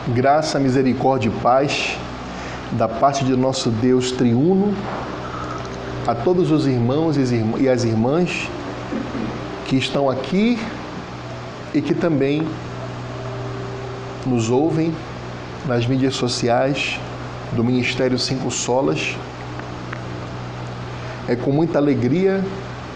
Graça, misericórdia e paz da parte de nosso Deus triuno a todos os irmãos e as irmãs que estão aqui e que também nos ouvem nas mídias sociais do Ministério Cinco Solas. É com muita alegria,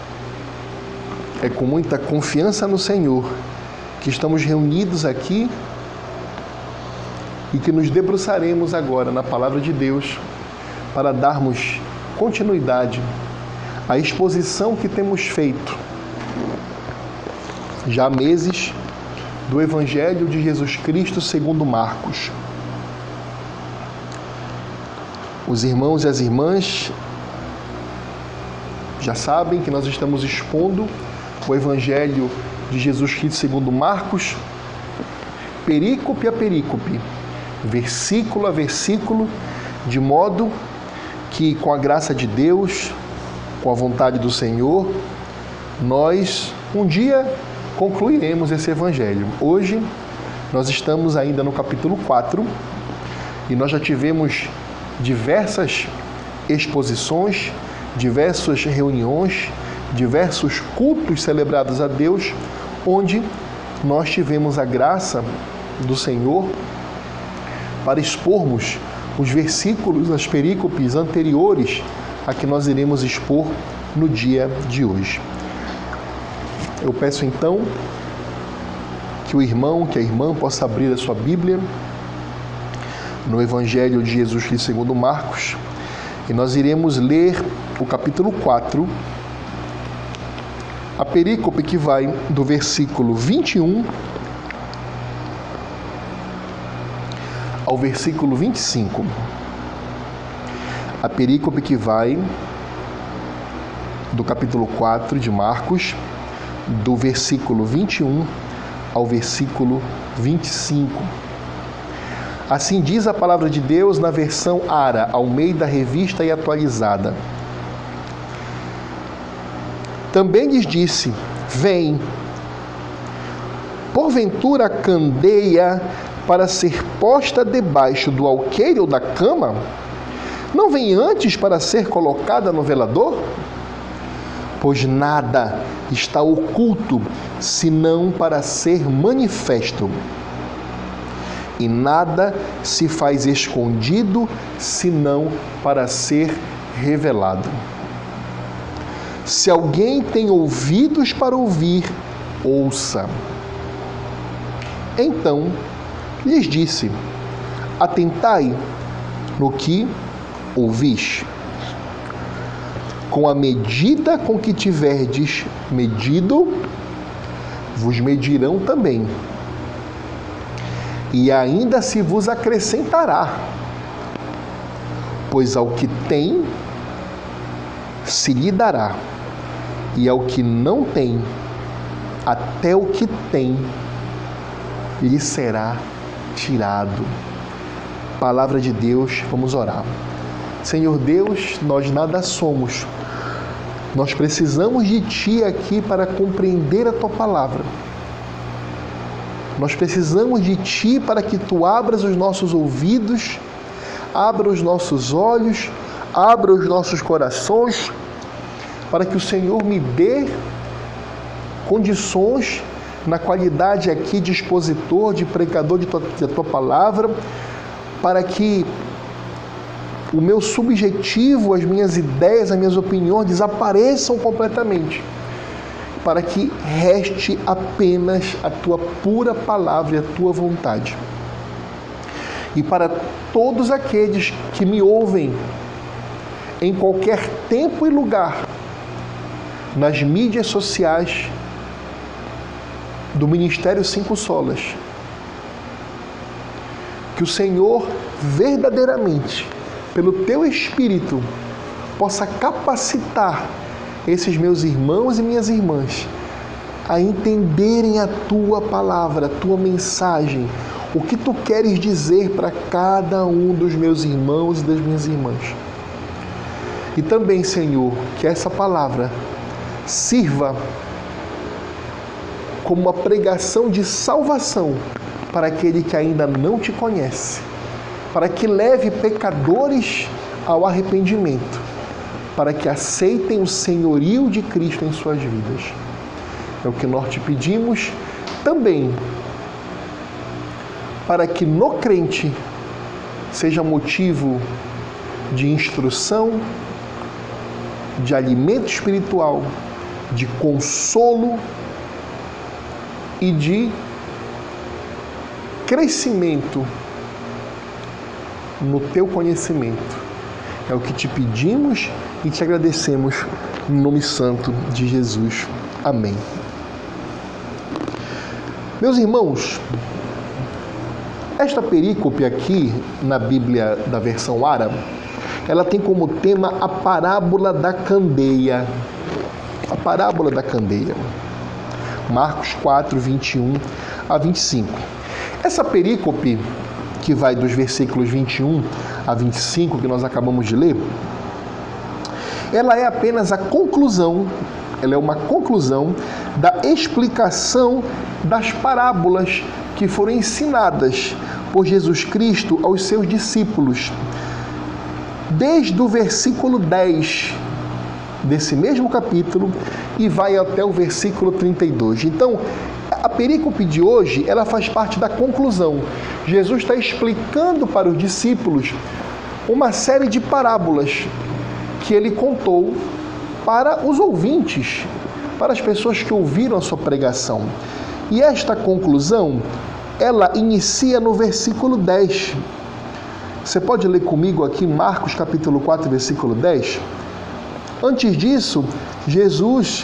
é com muita confiança no Senhor que estamos reunidos aqui e que nos debruçaremos agora na Palavra de Deus para darmos continuidade à exposição que temos feito já há meses do Evangelho de Jesus Cristo segundo Marcos. Os irmãos e as irmãs já sabem que nós estamos expondo o Evangelho de Jesus Cristo segundo Marcos, perícope a perícope, versículo a versículo, de modo que, com a graça de Deus, com a vontade do Senhor, nós um dia concluiremos esse Evangelho. Hoje nós estamos ainda no capítulo 4 e nós já tivemos diversas exposições, diversas reuniões, diversos cultos celebrados a Deus, onde nós tivemos a graça do Senhor para expormos os versículos, as perícopes anteriores a que nós iremos expor no dia de hoje. Eu peço então que o irmão, que a irmã possa abrir a sua Bíblia no Evangelho de Jesus Cristo segundo Marcos, e nós iremos ler o capítulo 4, a perícope que vai do versículo 21 ao versículo 25. A perícope que vai do capítulo 4 de Marcos, do versículo 21 ao versículo 25. Assim diz a palavra de Deus na versão ARA, Almeida Revista e Atualizada. Também lhes disse: vem. Porventura a candeia para ser posta debaixo do alqueire ou da cama não vem antes para ser colocada no velador? Pois nada está oculto senão para ser manifesto, e nada se faz escondido senão para ser revelado. Se alguém tem ouvidos para ouvir, ouça. Então lhes disse: atentai no que ouvis. Com a medida com que tiverdes medido, vos medirão também. E ainda se vos acrescentará, pois ao que tem, se lhe dará, e ao que não tem, até o que tem, lhe será tirado. Palavra de Deus, vamos orar. Senhor Deus, nós nada somos. Nós precisamos de Ti aqui para compreender a Tua palavra. Nós precisamos de Ti para que Tu abras os nossos ouvidos, abra os nossos olhos, abra os nossos corações, para que o Senhor me dê condições, na qualidade aqui de expositor, de pregador da Tua palavra, para que o meu subjetivo, as minhas ideias, as minhas opiniões desapareçam completamente, para que reste apenas a Tua pura palavra e a Tua vontade. E para todos aqueles que me ouvem em qualquer tempo e lugar, nas mídias sociais do Ministério Cinco Solas, que o Senhor verdadeiramente, pelo Teu Espírito, possa capacitar esses meus irmãos e minhas irmãs a entenderem a Tua palavra, a Tua mensagem, o que Tu queres dizer para cada um dos meus irmãos e das minhas irmãs. E também, Senhor, que essa palavra sirva como uma pregação de salvação para aquele que ainda não te conhece, para que leve pecadores ao arrependimento, para que aceitem o senhorio de Cristo em suas vidas. É o que nós te pedimos também, para que no crente seja motivo de instrução, de alimento espiritual, de consolo e de crescimento no teu conhecimento. É o que te pedimos e te agradecemos no nome santo de Jesus. Amém. Meus irmãos, esta perícope aqui na Bíblia da versão árabe, ela tem como tema a parábola da candeia. A parábola da candeia. Marcos 4, 21 a 25. Essa perícope, que vai dos versículos 21 a 25, que nós acabamos de ler, ela é apenas a conclusão, ela é uma conclusão da explicação das parábolas que foram ensinadas por Jesus Cristo aos seus discípulos, desde o versículo 10 desse mesmo capítulo e vai até o versículo 32. Então, a perícope de hoje, ela faz parte da conclusão. Jesus está explicando para os discípulos uma série de parábolas que ele contou para os ouvintes, para as pessoas que ouviram a sua pregação. E esta conclusão, ela inicia no versículo 10. Você pode ler comigo aqui Marcos capítulo 4, versículo 10? Antes disso, Jesus,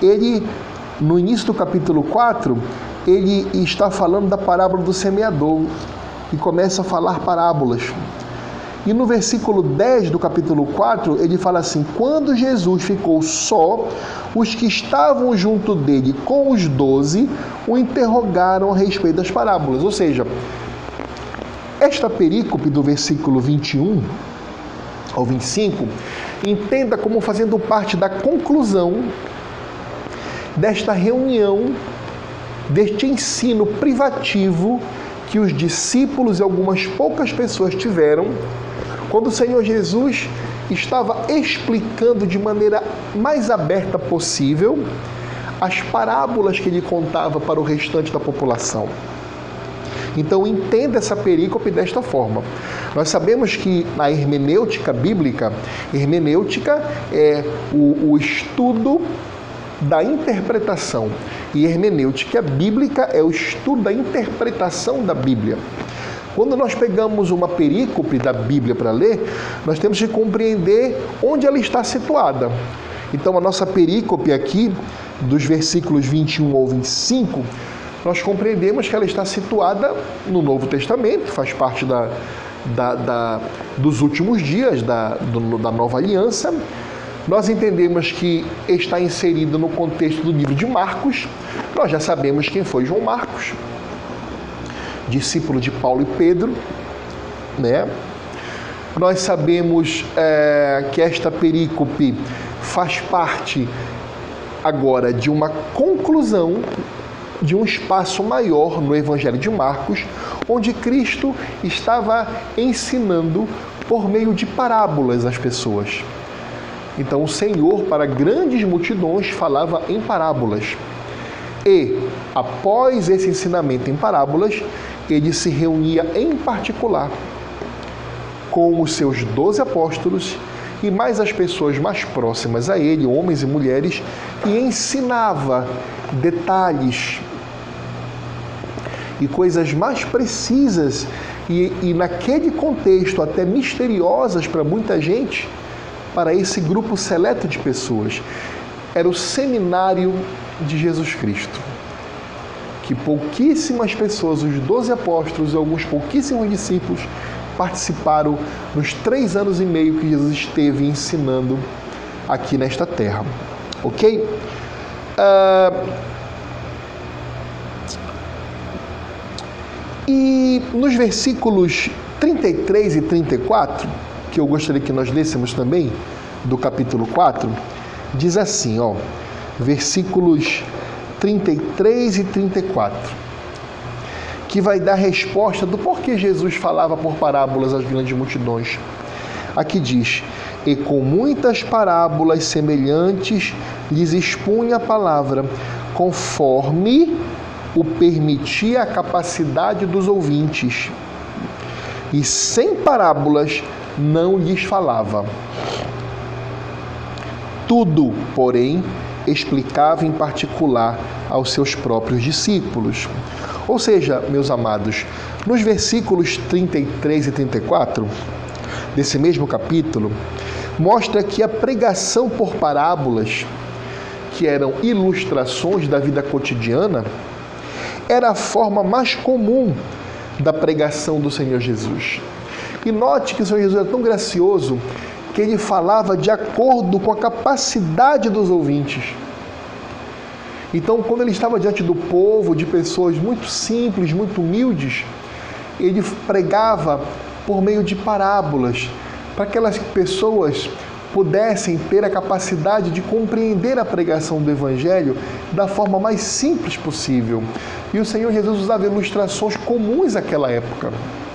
no início do capítulo 4, ele está falando da parábola do semeador e começa a falar parábolas. E no versículo 10 do capítulo 4, ele fala assim: quando Jesus ficou só, os que estavam junto dele com os 12 o interrogaram a respeito das parábolas. Ou seja, esta perícope do versículo 21 ao 25, entenda como fazendo parte da conclusão desta reunião, deste ensino privativo que os discípulos e algumas poucas pessoas tiveram quando o Senhor Jesus estava explicando de maneira mais aberta possível as parábolas que ele contava para o restante da população. Então, entenda essa perícope desta forma. Nós sabemos que na hermenêutica bíblica, hermenêutica é o estudo da interpretação. E hermenêutica bíblica é o estudo da interpretação da Bíblia. Quando nós pegamos uma perícope da Bíblia para ler, nós temos que compreender onde ela está situada. Então, a nossa perícope aqui, dos versículos 21 ao 25, nós compreendemos que ela está situada no Novo Testamento, faz parte dos últimos dias da Nova Aliança. Nós entendemos que está inserida no contexto do livro de Marcos. Nós já sabemos quem foi João Marcos, discípulo de Paulo e Pedro, né? Nós sabemos que esta perícope faz parte agora de uma conclusão de um espaço maior no Evangelho de Marcos, onde Cristo estava ensinando por meio de parábolas às pessoas. Então o Senhor, para grandes multidões, falava em parábolas. E, após esse ensinamento em parábolas, ele se reunia em particular com os seus 12 apóstolos e mais as pessoas mais próximas a ele, homens e mulheres, e ensinava detalhes e coisas mais precisas e naquele contexto até misteriosas para muita gente, para esse grupo seleto de pessoas. Era o seminário de Jesus Cristo, que pouquíssimas pessoas, os 12 apóstolos e alguns pouquíssimos discípulos, participaram nos 3 anos e meio que Jesus esteve ensinando aqui nesta terra. Ok? E nos versículos 33 e 34, que eu gostaria que nós lêssemos também, do capítulo 4, diz assim, versículos 33 e 34, que vai dar resposta do porquê Jesus falava por parábolas às grandes multidões. Aqui diz: e com muitas parábolas semelhantes lhes expunha a palavra, conforme o permitia a capacidade dos ouvintes. E sem parábolas não lhes falava. Tudo, porém, explicava em particular aos seus próprios discípulos. Ou seja, meus amados, nos versículos 33 e 34 desse mesmo capítulo, mostra que a pregação por parábolas, que eram ilustrações da vida cotidiana, era a forma mais comum da pregação do Senhor Jesus. E note que o Senhor Jesus era tão gracioso que ele falava de acordo com a capacidade dos ouvintes. Então, quando ele estava diante do povo, de pessoas muito simples, muito humildes, ele pregava por meio de parábolas, para que aquelas pessoas pudessem ter a capacidade de compreender a pregação do Evangelho da forma mais simples possível. E o Senhor Jesus usava ilustrações comuns àquela época.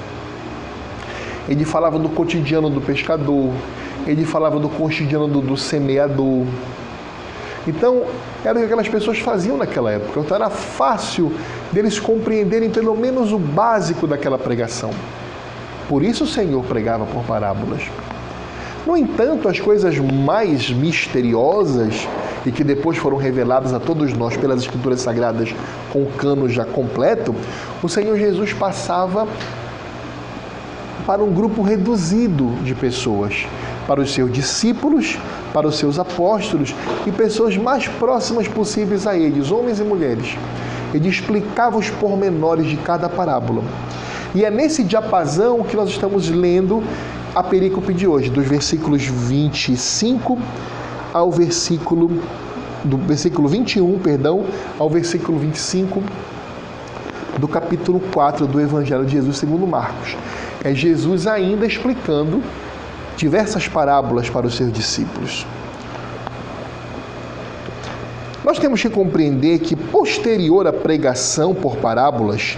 Ele falava do cotidiano do pescador, ele falava do cotidiano do semeador. Então, era o que aquelas pessoas faziam naquela época. Então, era fácil deles compreenderem pelo menos o básico daquela pregação. Por isso o Senhor pregava por parábolas. No entanto, as coisas mais misteriosas e que depois foram reveladas a todos nós pelas Escrituras Sagradas com o cano já completo, o Senhor Jesus passava para um grupo reduzido de pessoas, para os seus discípulos, para os seus apóstolos e pessoas mais próximas possíveis a eles, homens e mulheres. Ele explicava os pormenores de cada parábola. E é nesse diapasão que nós estamos lendo a perícope de hoje, dos versículos 25 ao versículo 21, ao versículo 25 do capítulo 4 do Evangelho de Jesus segundo Marcos. É Jesus ainda explicando diversas parábolas para os seus discípulos. Nós temos que compreender que, posterior à pregação por parábolas,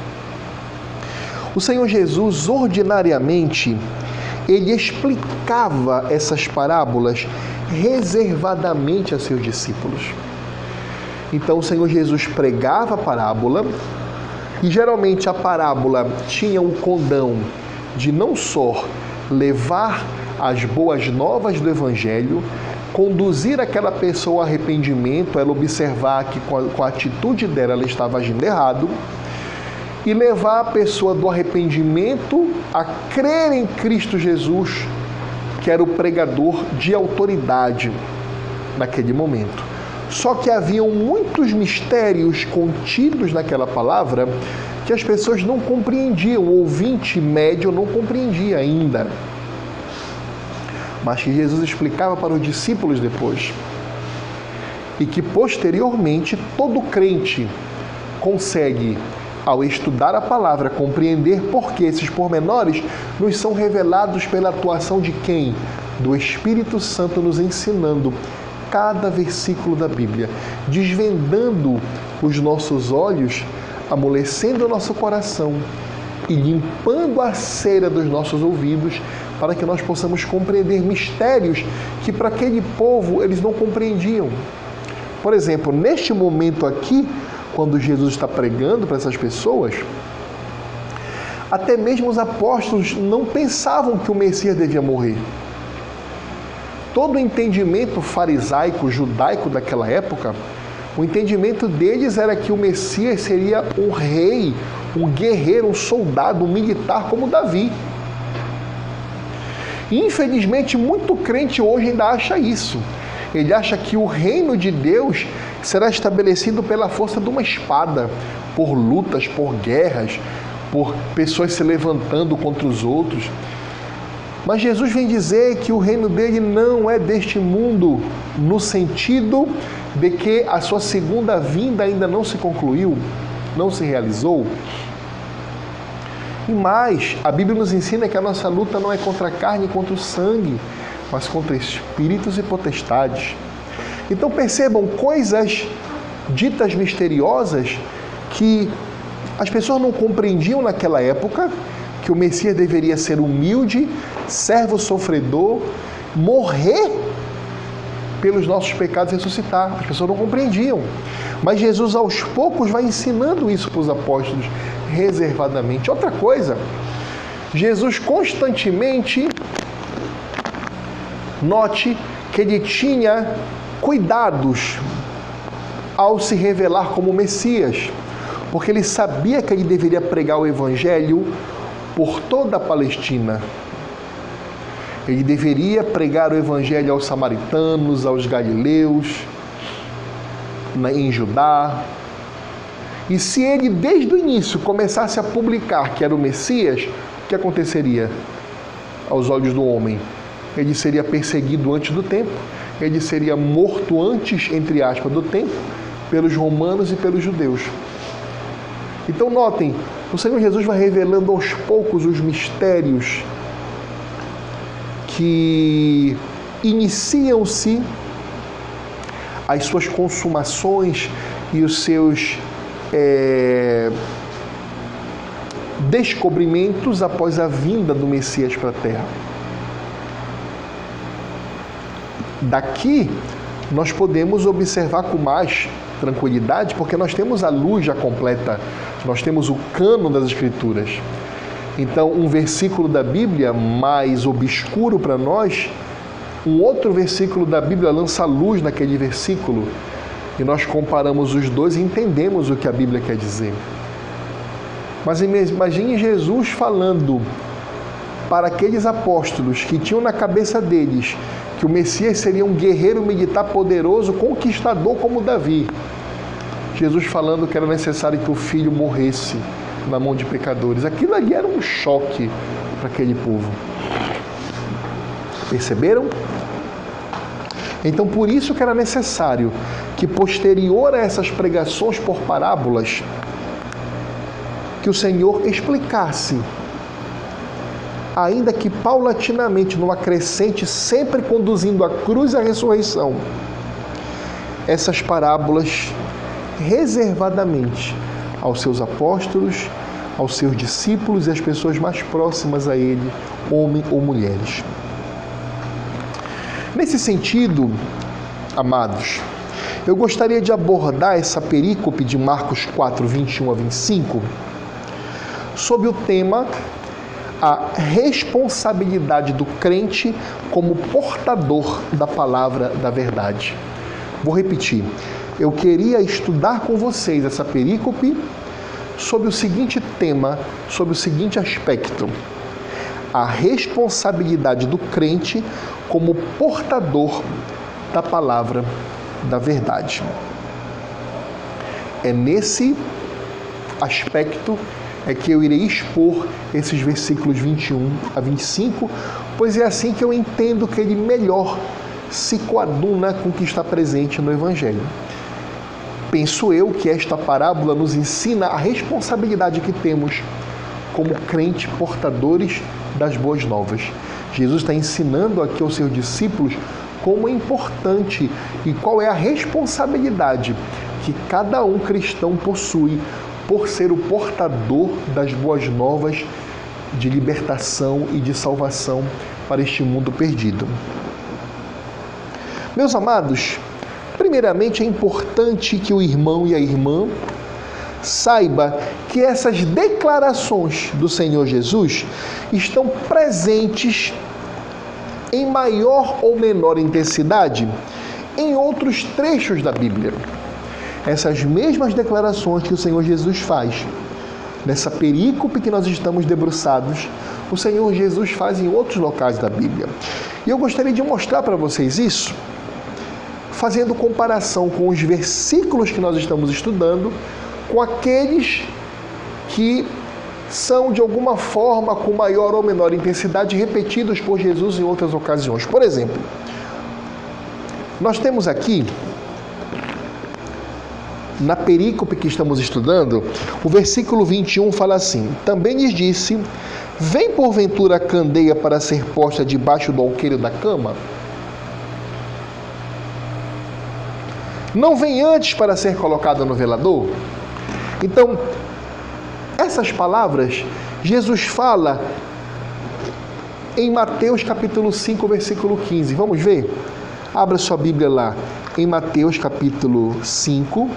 o Senhor Jesus, ordinariamente, ele explicava essas parábolas reservadamente a seus discípulos. Então, o Senhor Jesus pregava a parábola, e geralmente a parábola tinha um condão de não só levar as boas novas do Evangelho, conduzir aquela pessoa ao arrependimento, ela observar que com a atitude dela ela estava agindo errado, e levar a pessoa do arrependimento a crer em Cristo Jesus, que era o pregador de autoridade naquele momento. Só que haviam muitos mistérios contidos naquela palavra que as pessoas não compreendiam, o ouvinte médio não compreendia ainda, mas que Jesus explicava para os discípulos depois. E que posteriormente todo crente consegue, ao estudar a palavra, compreender porque esses pormenores nos são revelados pela atuação de quem? Do Espírito Santo nos ensinando cada versículo da Bíblia, desvendando os nossos olhos, amolecendo o nosso coração e limpando a cera dos nossos ouvidos para que nós possamos compreender mistérios que para aquele povo eles não compreendiam. Por exemplo, neste momento aqui, quando Jesus está pregando para essas pessoas, até mesmo os apóstolos não pensavam que o Messias devia morrer. Todo o entendimento farisaico, judaico daquela época, o entendimento deles era que o Messias seria um rei, um guerreiro, um soldado, um militar como Davi. Infelizmente, muito crente hoje ainda acha isso. Ele acha que o reino de Deus será estabelecido pela força de uma espada, por lutas, por guerras, por pessoas se levantando contra os outros. Mas Jesus vem dizer que o reino dele não é deste mundo, no sentido de que a sua segunda vinda ainda não se concluiu, não se realizou. E mais, a Bíblia nos ensina que a nossa luta não é contra a carne e contra o sangue, mas contra espíritos e potestades. Então percebam, coisas ditas misteriosas que As pessoas não compreendiam naquela época que o Messias deveria ser humilde, servo sofredor, morrer pelos nossos pecados e ressuscitar. As pessoas não compreendiam. Mas Jesus, aos poucos, vai ensinando isso para os apóstolos, reservadamente. Outra coisa, Jesus constantemente, note que ele tinha cuidados ao se revelar como Messias, porque ele sabia que ele deveria pregar o Evangelho por toda a Palestina. Ele deveria pregar o Evangelho aos samaritanos, aos galileus, em Judá. E se ele, desde o início, começasse a publicar que era o Messias, o que aconteceria aos olhos do homem? Ele seria perseguido antes do tempo, ele seria morto antes, entre aspas, do tempo, pelos romanos e pelos judeus. Então notem, o Senhor Jesus vai revelando aos poucos os mistérios que iniciam-se as suas consumações e os seus descobrimentos após a vinda do Messias para a Terra. Daqui nós podemos observar com mais tranquilidade, porque nós temos a luz já completa, nós temos o cânon das Escrituras. Então, um versículo da Bíblia mais obscuro para nós, um outro versículo da Bíblia lança luz naquele versículo, e nós comparamos os dois e entendemos o que a Bíblia quer dizer. Mas imagine Jesus falando para aqueles apóstolos que tinham na cabeça deles que o Messias seria um guerreiro militar poderoso, conquistador como Davi. Jesus falando que era necessário que o filho morresse na mão de pecadores. Aquilo ali era um choque para aquele povo. Perceberam? Então, por isso que era necessário que, posterior a essas pregações por parábolas, que o Senhor explicasse, ainda que paulatinamente, numa crescente, sempre conduzindo a cruz e a ressurreição, essas parábolas reservadamente aos seus apóstolos, aos seus discípulos e às pessoas mais próximas a ele, homem ou mulheres. Nesse sentido, amados, eu gostaria de abordar essa perícope de Marcos 4, 21 a 25, sob o tema a responsabilidade do crente como portador da palavra da verdade. Vou repetir. Eu queria estudar com vocês essa perícope sob o seguinte tema, sob o seguinte aspecto: a responsabilidade do crente como portador da palavra da verdade. É nesse aspecto que eu irei expor esses versículos 21 a 25, pois é assim que eu entendo que ele melhor se coaduna com o que está presente no Evangelho. Penso eu que esta parábola nos ensina a responsabilidade que temos como crentes portadores das boas novas. Jesus está ensinando aqui aos seus discípulos como é importante e qual é a responsabilidade que cada um cristão possui por ser o portador das boas novas de libertação e de salvação para este mundo perdido. Meus amados, primeiramente é importante que o irmão e a irmã saiba que essas declarações do Senhor Jesus estão presentes em maior ou menor intensidade em outros trechos da Bíblia. Essas mesmas declarações que o Senhor Jesus faz nessa perícope que nós estamos debruçados, o Senhor Jesus faz em outros locais da Bíblia. E eu gostaria de mostrar para vocês isso, fazendo comparação com os versículos que nós estamos estudando, com aqueles que são, de alguma forma, com maior ou menor intensidade, repetidos por Jesus em outras ocasiões. Por exemplo, nós temos aqui, na perícope que estamos estudando, o versículo 21 fala assim: também lhes disse, vem porventura a candeia para ser posta debaixo do alqueire da cama? Não vem antes para ser colocada no velador? Então, Essas palavras Jesus fala em Mateus capítulo 5, versículo 15. Vamos ver? Abra sua Bíblia lá, em Mateus capítulo 5,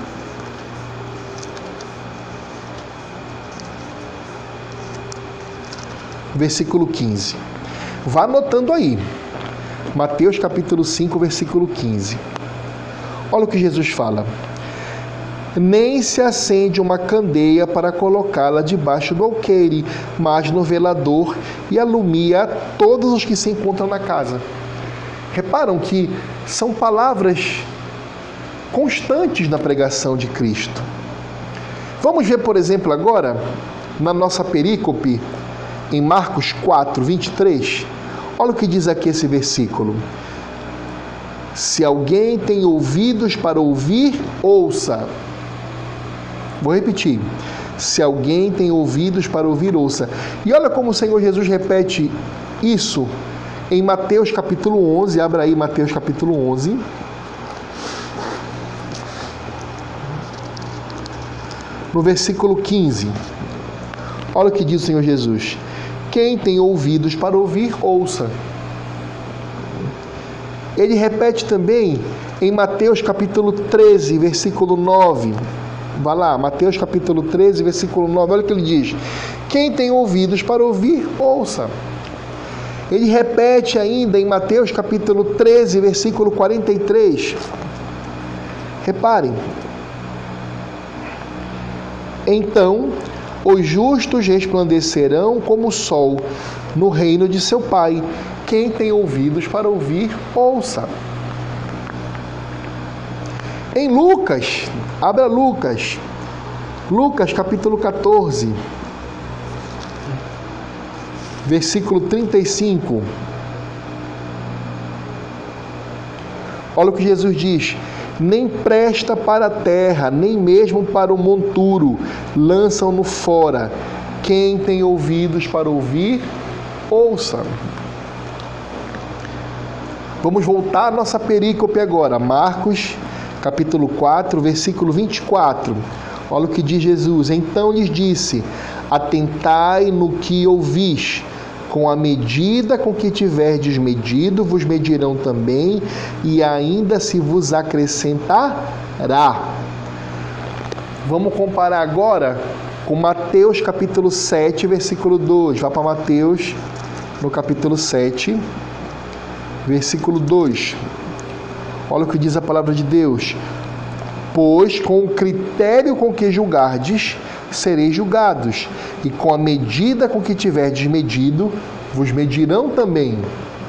versículo 15. Vá anotando aí. Mateus capítulo 5, versículo 15. Olha o que Jesus fala. Nem se acende uma candeia para colocá-la debaixo do alqueire, mas no velador, e alumia a todos os que se encontram na casa. Reparam que são palavras constantes na pregação de Cristo. Vamos ver, por exemplo, agora, na nossa perícope, em Marcos 4, 23. Olha o que diz aqui esse versículo. Se alguém tem ouvidos para ouvir, ouça. Vou repetir. Se alguém tem ouvidos para ouvir, ouça. E olha como o Senhor Jesus repete isso em Mateus capítulo 11. Abra aí Mateus capítulo 11. No versículo 15. Olha o que diz o Senhor Jesus. Quem tem ouvidos para ouvir, ouça. Ele repete também em Mateus capítulo 13, versículo 9. Vá lá, Mateus capítulo 13, versículo 9. Olha o que ele diz. Quem tem ouvidos para ouvir, ouça. Ele repete ainda em Mateus capítulo 13, versículo 43. Reparem. Então, os justos resplandecerão como o sol no reino de seu Pai. Quem tem ouvidos para ouvir, ouça. Em Lucas, abra Lucas. Lucas capítulo 14, versículo 35. Olha o que Jesus diz. Nem presta para a terra, nem mesmo para o monturo, lançam-no fora. Quem tem ouvidos para ouvir, ouça. Vamos voltar à nossa perícope agora, Marcos, capítulo 4, versículo 24. Olha o que diz Jesus. Então lhes disse, atentai no que ouvis, com a medida com que tiverdes medido, vos medirão também, e ainda se vos acrescentará. Vamos comparar agora com Mateus capítulo 7, versículo 2. Vá para Mateus, no capítulo 7, versículo 2. Olha o que diz a palavra de Deus. Pois com o critério com que julgardes, sereis julgados, e com a medida com que tiverdes medido, vos medirão também.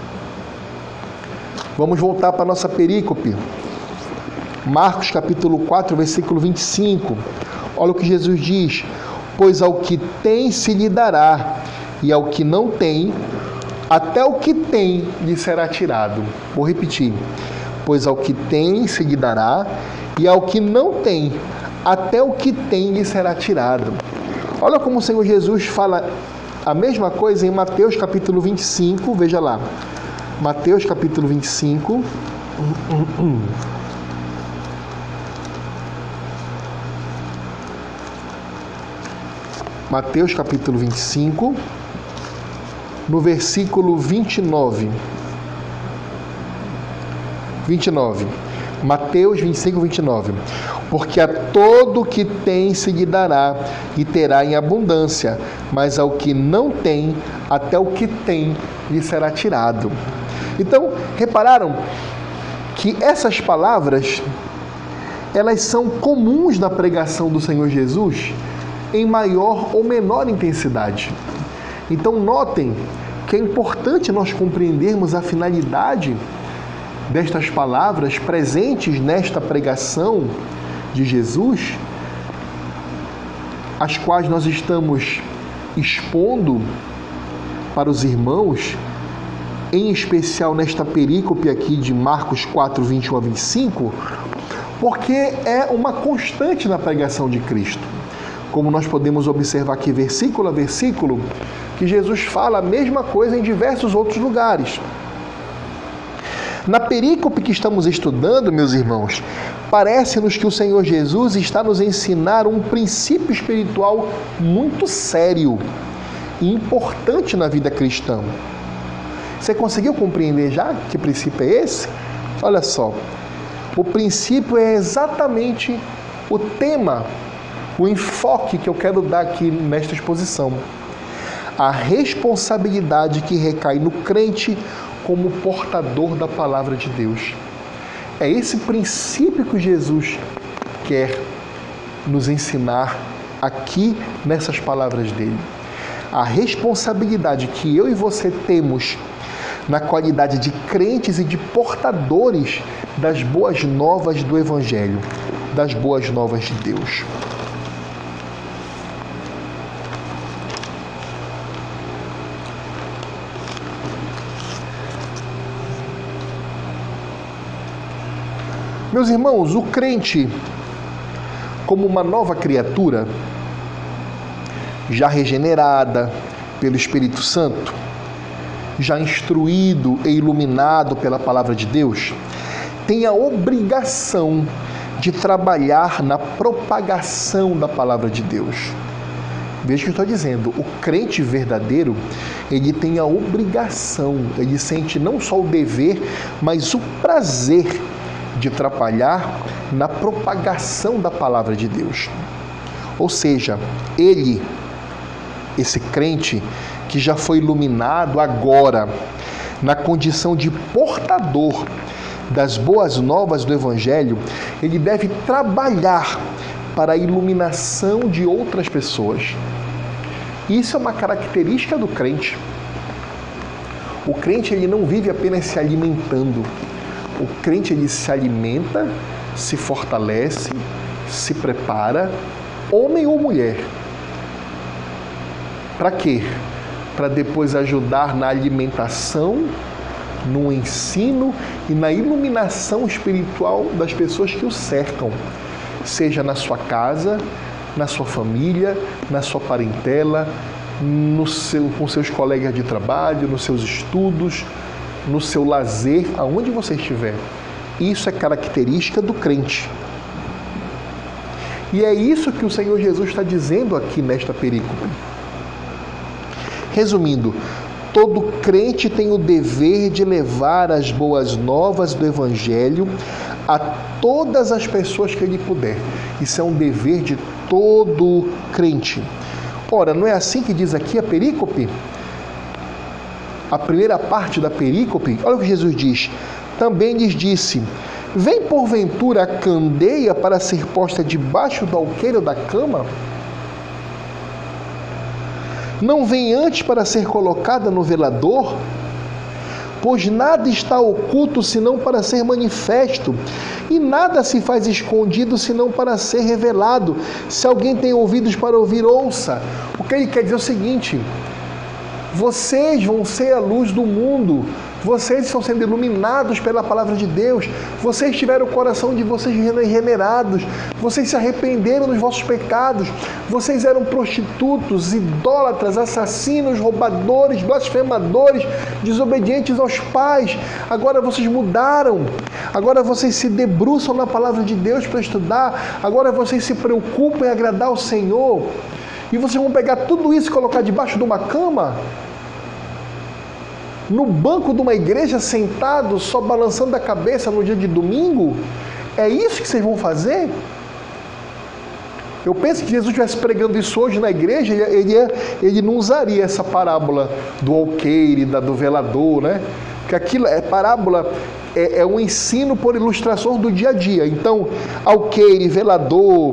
Vamos voltar para a nossa perícope. Marcos capítulo 4, versículo 25. Olha o que Jesus diz. Pois ao que tem se lhe dará, e ao que não tem, até o que tem lhe será tirado. Vou repetir. Pois ao que tem se lhe dará, e ao que não tem, até o que tem lhe será tirado. Olha como o Senhor Jesus fala a mesma coisa em Mateus capítulo 25, veja lá. Mateus capítulo 25. Mateus capítulo 25, no versículo 29. Mateus 25, 29. Porque a todo que tem se lhe dará, e terá em abundância, mas ao que não tem, até o que tem lhe será tirado. Então, repararam que essas palavras, elas são comuns na pregação do Senhor Jesus, em maior ou menor intensidade. Então, notem que é importante nós compreendermos a finalidade destas palavras presentes nesta pregação de Jesus, as quais nós estamos expondo para os irmãos, em especial nesta perícope aqui de Marcos 4, 21 a 25, porque é uma constante na pregação de Cristo. Como nós podemos observar aqui versículo a versículo, que Jesus fala a mesma coisa em diversos outros lugares. Na perícope que estamos estudando, meus irmãos, parece-nos que o Senhor Jesus está nos ensinar um princípio espiritual muito sério e importante na vida cristã. Você conseguiu compreender já que princípio é esse? Olha só, o princípio é exatamente o tema, o enfoque que eu quero dar aqui nesta exposição. A responsabilidade que recai no crente como portador da palavra de Deus. É esse princípio que Jesus quer nos ensinar aqui nessas palavras dele. A responsabilidade que eu e você temos na qualidade de crentes e de portadores das boas novas do Evangelho, das boas novas de Deus. Meus irmãos, o crente, como uma nova criatura, já regenerada pelo Espírito Santo, já instruído e iluminado pela palavra de Deus, tem a obrigação de trabalhar na propagação da palavra de Deus. Veja o que eu estou dizendo, o crente verdadeiro, ele tem a obrigação, ele sente não só o dever, mas o prazer de trabalhar na propagação da palavra de Deus. Ou seja, ele, esse crente que já foi iluminado agora, na condição de portador das boas novas do Evangelho, ele deve trabalhar para a iluminação de outras pessoas. Isso é uma característica do crente. O crente, ele não vive apenas se alimentando. O crente, ele se alimenta, se fortalece, se prepara, homem ou mulher. Para quê? Para depois ajudar na alimentação, no ensino e na iluminação espiritual das pessoas que o cercam, seja na sua casa, na sua família, na sua parentela, com seus colegas de trabalho, nos seus estudos, no seu lazer, aonde você estiver. Isso é característica do crente. E é isso que o Senhor Jesus está dizendo aqui nesta perícope. Resumindo, todo crente tem o dever de levar as boas novas do Evangelho a todas as pessoas que ele puder. Isso é um dever de todo crente. Ora, não é assim que diz aqui a perícope? A primeira parte da perícope, olha o que Jesus diz. Também lhes disse: vem porventura a candeia para ser posta debaixo do alqueire da cama? Não vem antes para ser colocada no velador? Pois nada está oculto senão para ser manifesto, e nada se faz escondido senão para ser revelado. Se alguém tem ouvidos para ouvir, ouça. O que ele quer dizer é o seguinte: vocês vão ser a luz do mundo. Vocês estão sendo iluminados pela palavra de Deus. Vocês tiveram o coração de vocês regenerados. Vocês se arrependeram dos vossos pecados. Vocês eram prostitutos, idólatras, assassinos, roubadores, blasfemadores, desobedientes aos pais. Agora vocês mudaram. Agora vocês se debruçam na palavra de Deus para estudar. Agora vocês se preocupam em agradar ao Senhor. E vocês vão pegar tudo isso e colocar debaixo de uma cama? No banco de uma igreja, sentado, só balançando a cabeça no dia de domingo? É isso que vocês vão fazer? Eu penso que Jesus estivesse pregando isso hoje na igreja, ele não usaria essa parábola do alqueire, do velador, né? Porque aquilo é parábola, é um ensino por ilustrações do dia a dia. Então, alqueire, velador,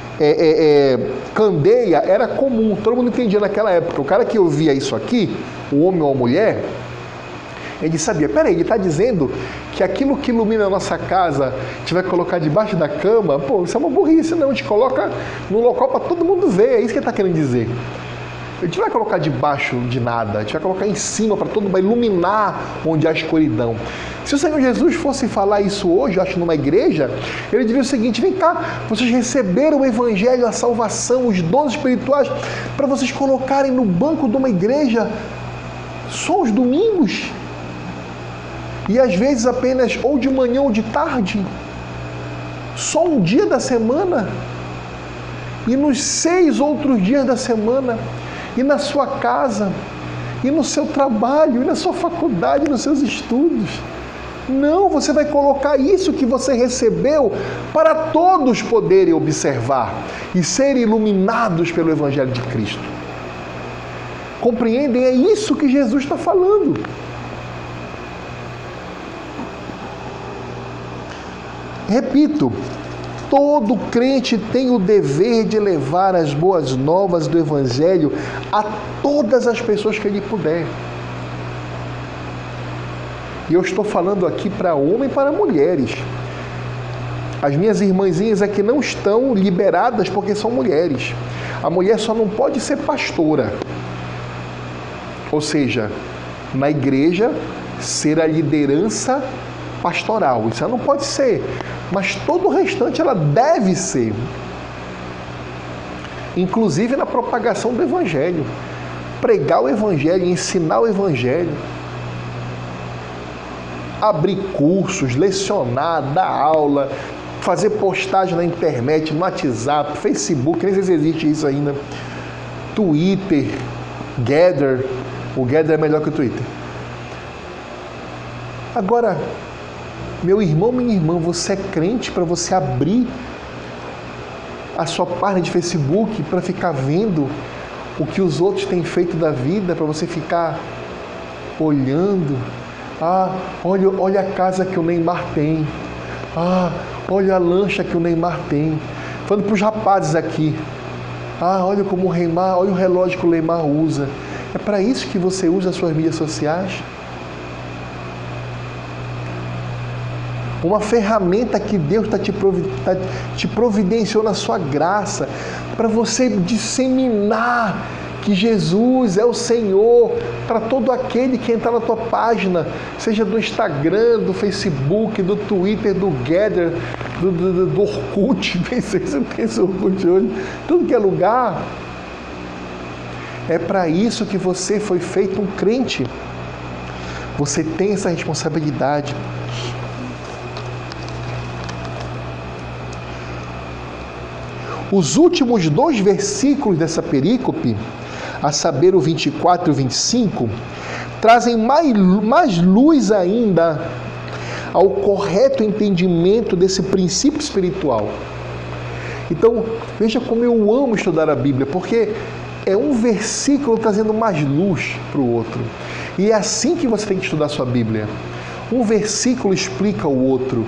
candeia era comum, todo mundo entendia naquela época. O cara que ouvia isso aqui, o homem ou a mulher, ele sabia, peraí, ele está dizendo que aquilo que ilumina a nossa casa, a gente vai colocar debaixo da cama? Pô, isso é uma burrice, não, a gente coloca no local para todo mundo ver, é isso que ele está querendo dizer. A gente não vai colocar debaixo de nada, a gente vai colocar em cima para todo mundo, vai iluminar onde há escuridão. Se o Senhor Jesus fosse falar isso hoje, eu acho, numa igreja, ele diria o seguinte: vem cá, vocês receberam o Evangelho, a salvação, os dons espirituais, para vocês colocarem no banco de uma igreja só os domingos. E às vezes apenas ou de manhã ou de tarde. Só um dia da semana. E nos 6 outros dias da semana. E na sua casa. E no seu trabalho. E na sua faculdade. E nos seus estudos. Não, você vai colocar isso que você recebeu para todos poderem observar e serem iluminados pelo Evangelho de Cristo. Compreendem? É isso que Jesus está falando. Repito, todo crente tem o dever de levar as boas novas do Evangelho a todas as pessoas que ele puder. E eu estou falando aqui para homens e para mulheres. As minhas irmãzinhas aqui não estão liberadas porque são mulheres. A mulher só não pode ser pastora. Ou seja, na igreja, ser a liderança pastoral. Isso ela não pode ser. Mas todo o restante ela deve ser. Inclusive na propagação do Evangelho. Pregar o Evangelho, ensinar o Evangelho. Abrir cursos, lecionar, dar aula, fazer postagem na internet, no WhatsApp, Facebook, nem sei se existe isso ainda, Twitter, Gather. O Gather é melhor que o Twitter. Agora, meu irmão, minha irmã, você é crente para você abrir a sua página de Facebook para ficar vendo o que os outros têm feito da vida, para você ficar olhando? Ah, olha a casa que o Neymar tem. Ah, olha a lancha que o Neymar tem. Falando para os rapazes aqui. Ah, olha como o Neymar, olha o relógio que o Neymar usa. É para isso que você usa as suas mídias sociais? Uma ferramenta que Deus te providenciou na sua graça para você disseminar que Jesus é o Senhor para todo aquele que entrar na tua página, seja do Instagram, do Facebook, do Twitter, do Gather, do Orkut, nem sei se tem esse Orkut hoje, tudo que é lugar. É para isso que você foi feito um crente. Você tem essa responsabilidade. Os últimos 2 versículos dessa perícope, a saber o 24 e o 25, trazem mais luz ainda ao correto entendimento desse princípio espiritual. Então, veja como eu amo estudar a Bíblia, porque é um versículo trazendo mais luz para o outro. E é assim que você tem que estudar a sua Bíblia. Um versículo explica o outro.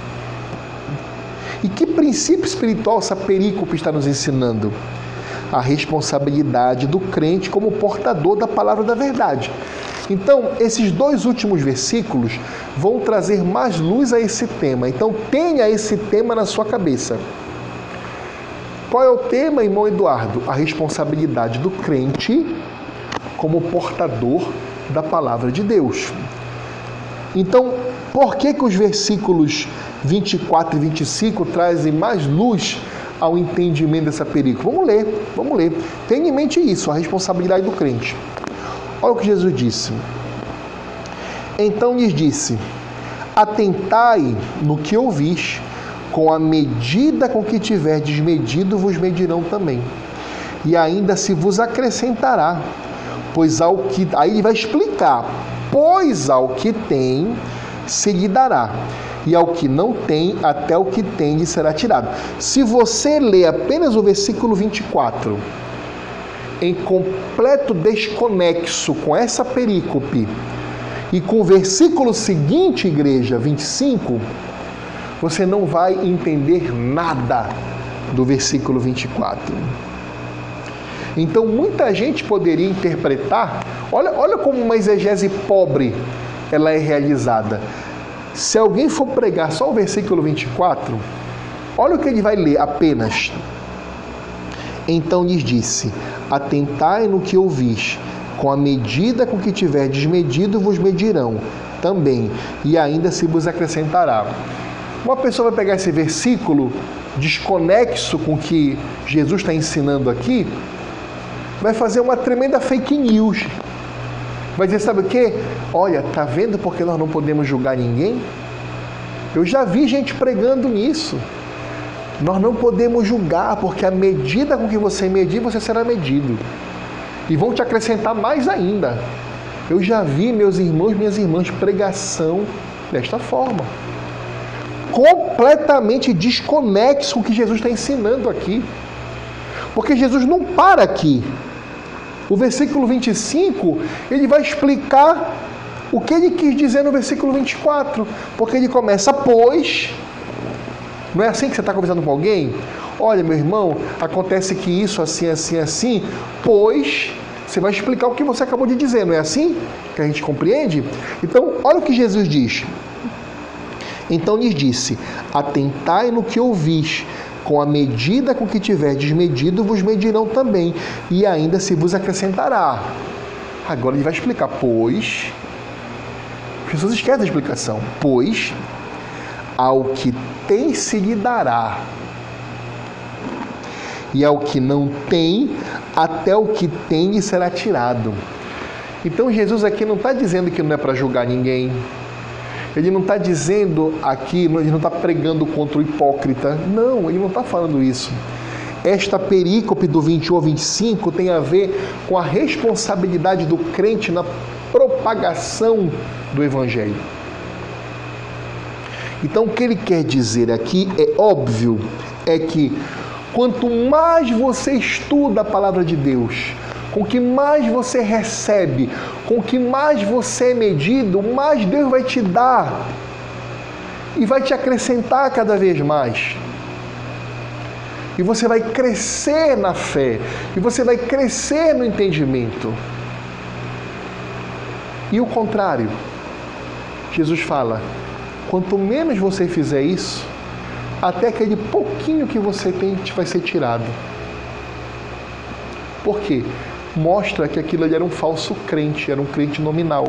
E que princípio espiritual essa perícope está nos ensinando? A responsabilidade do crente como portador da palavra da verdade. Então, esses 2 últimos versículos vão trazer mais luz a esse tema. Então, tenha esse tema na sua cabeça. Qual é o tema, irmão Eduardo? A responsabilidade do crente como portador da palavra de Deus. Então, por que os versículos 24 e 25 trazem mais luz ao entendimento dessa perícope? Vamos ler. Tenha em mente isso, a responsabilidade do crente. Olha o que Jesus disse. Então lhes disse: atentai no que ouvis, com a medida com que tiverdes medido, vos medirão também. E ainda se vos acrescentará, pois ao que... Aí ele vai explicar. Pois ao que tem, se lhe dará. E ao que não tem, até o que tem lhe será tirado. Se você ler apenas o versículo 24, em completo desconexo com essa perícope, e com o versículo seguinte, igreja, 25, você não vai entender nada do versículo 24. Então, muita gente poderia interpretar, olha como uma exegese pobre ela é realizada. Se alguém for pregar só o versículo 24, olha o que ele vai ler apenas. Então lhes disse: atentai no que ouvis, com a medida com que tiverdes medido, vos medirão também, e ainda se vos acrescentará. Uma pessoa vai pegar esse versículo desconexo com o que Jesus está ensinando aqui, vai fazer uma tremenda fake news. Vai dizer, sabe o quê? Olha, tá vendo porque nós não podemos julgar ninguém? Eu já vi gente pregando nisso. Nós não podemos julgar, porque a medida com que você medir, você será medido. E vão te acrescentar mais ainda. Eu já vi meus irmãos e minhas irmãs pregação desta forma. Completamente desconexo com o que Jesus está ensinando aqui. Porque Jesus não para aqui. O versículo 25, ele vai explicar o que ele quis dizer no versículo 24. Porque ele começa, pois... Não é assim que você está conversando com alguém? Olha, meu irmão, acontece que isso, assim, assim, assim, pois... Você vai explicar o que você acabou de dizer, não é assim que a gente compreende? Então, olha o que Jesus diz. Então lhes disse, atentai no que ouvis, com a medida com que tiverdes medido, vos medirão também, e ainda se vos acrescentará. Agora ele vai explicar, pois... As pessoas esquecem a explicação. Pois, ao que tem se lhe dará, e ao que não tem, até o que tem lhe será tirado. Então Jesus aqui não está dizendo que não é para julgar ninguém. Ele não está dizendo aqui, ele não está pregando contra o hipócrita. Não, ele não está falando isso. Esta perícope do 21 ao 25 tem a ver com a responsabilidade do crente na propagação do Evangelho. Então o que ele quer dizer aqui é óbvio, é que quanto mais você estuda a palavra de Deus, com que mais você recebe, com que mais você é medido, mais Deus vai te dar e vai te acrescentar cada vez mais. E você vai crescer na fé, e você vai crescer no entendimento. E o contrário, Jesus fala, quanto menos você fizer isso, até aquele pouquinho que você tem vai ser tirado. Por quê? Mostra que aquilo ali era um falso crente, era um crente nominal.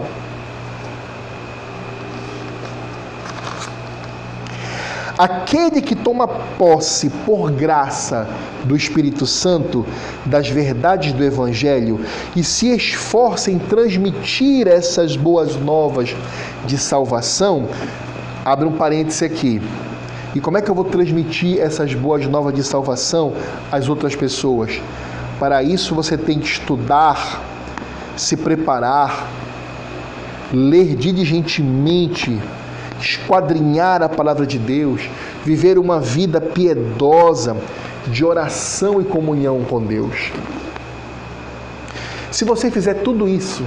Aquele que toma posse por graça do Espírito Santo das verdades do Evangelho e se esforça em transmitir essas boas novas de salvação, abre um parêntese aqui. E como é que eu vou transmitir essas boas novas de salvação às outras pessoas? Para isso você tem que estudar, se preparar, ler diligentemente, esquadrinhar a palavra de Deus, viver uma vida piedosa de oração e comunhão com Deus. Se você fizer tudo isso,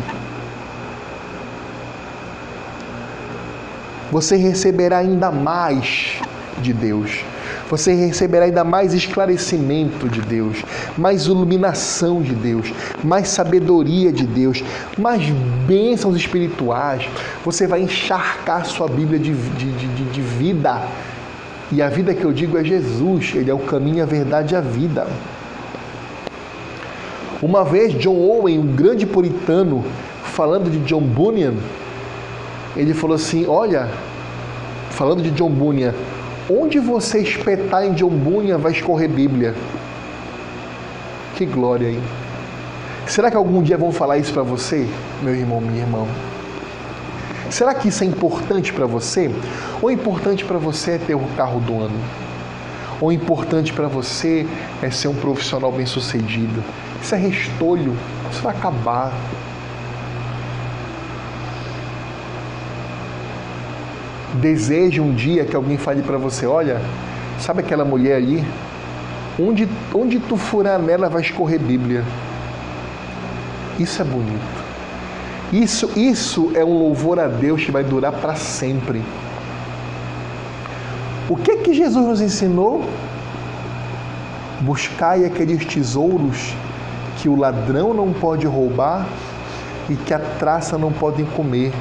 você receberá ainda mais de Deus. Você receberá ainda mais esclarecimento de Deus, mais iluminação de Deus, mais sabedoria de Deus, mais bênçãos espirituais. Você vai encharcar sua Bíblia de vida. E a vida que eu digo é Jesus. Ele é o caminho, a verdade e a vida. Uma vez, John Owen, um grande puritano, falando de John Bunyan, ele falou assim, olha, falando de John Bunyan, onde você espetar em John Bunyan vai escorrer Bíblia. Que glória, hein? Será que algum dia vão falar isso para você, meu irmão, minha irmã? Será que isso é importante para você? Ou importante para você é ter o carro do ano? Ou importante para você é ser um profissional bem-sucedido? Isso é restolho, isso vai acabar. Deseje um dia que alguém fale para você, olha, sabe aquela mulher ali? Onde tu furar nela vai escorrer Bíblia. Isso é bonito. Isso é um louvor a Deus que vai durar para sempre. O que Jesus nos ensinou? Buscai aqueles tesouros que o ladrão não pode roubar e que a traça não pode comer.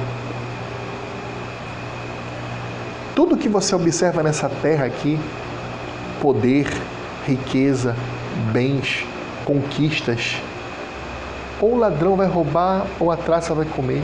Tudo que você observa nessa terra aqui, poder, riqueza, bens, conquistas, ou o ladrão vai roubar ou a traça vai comer.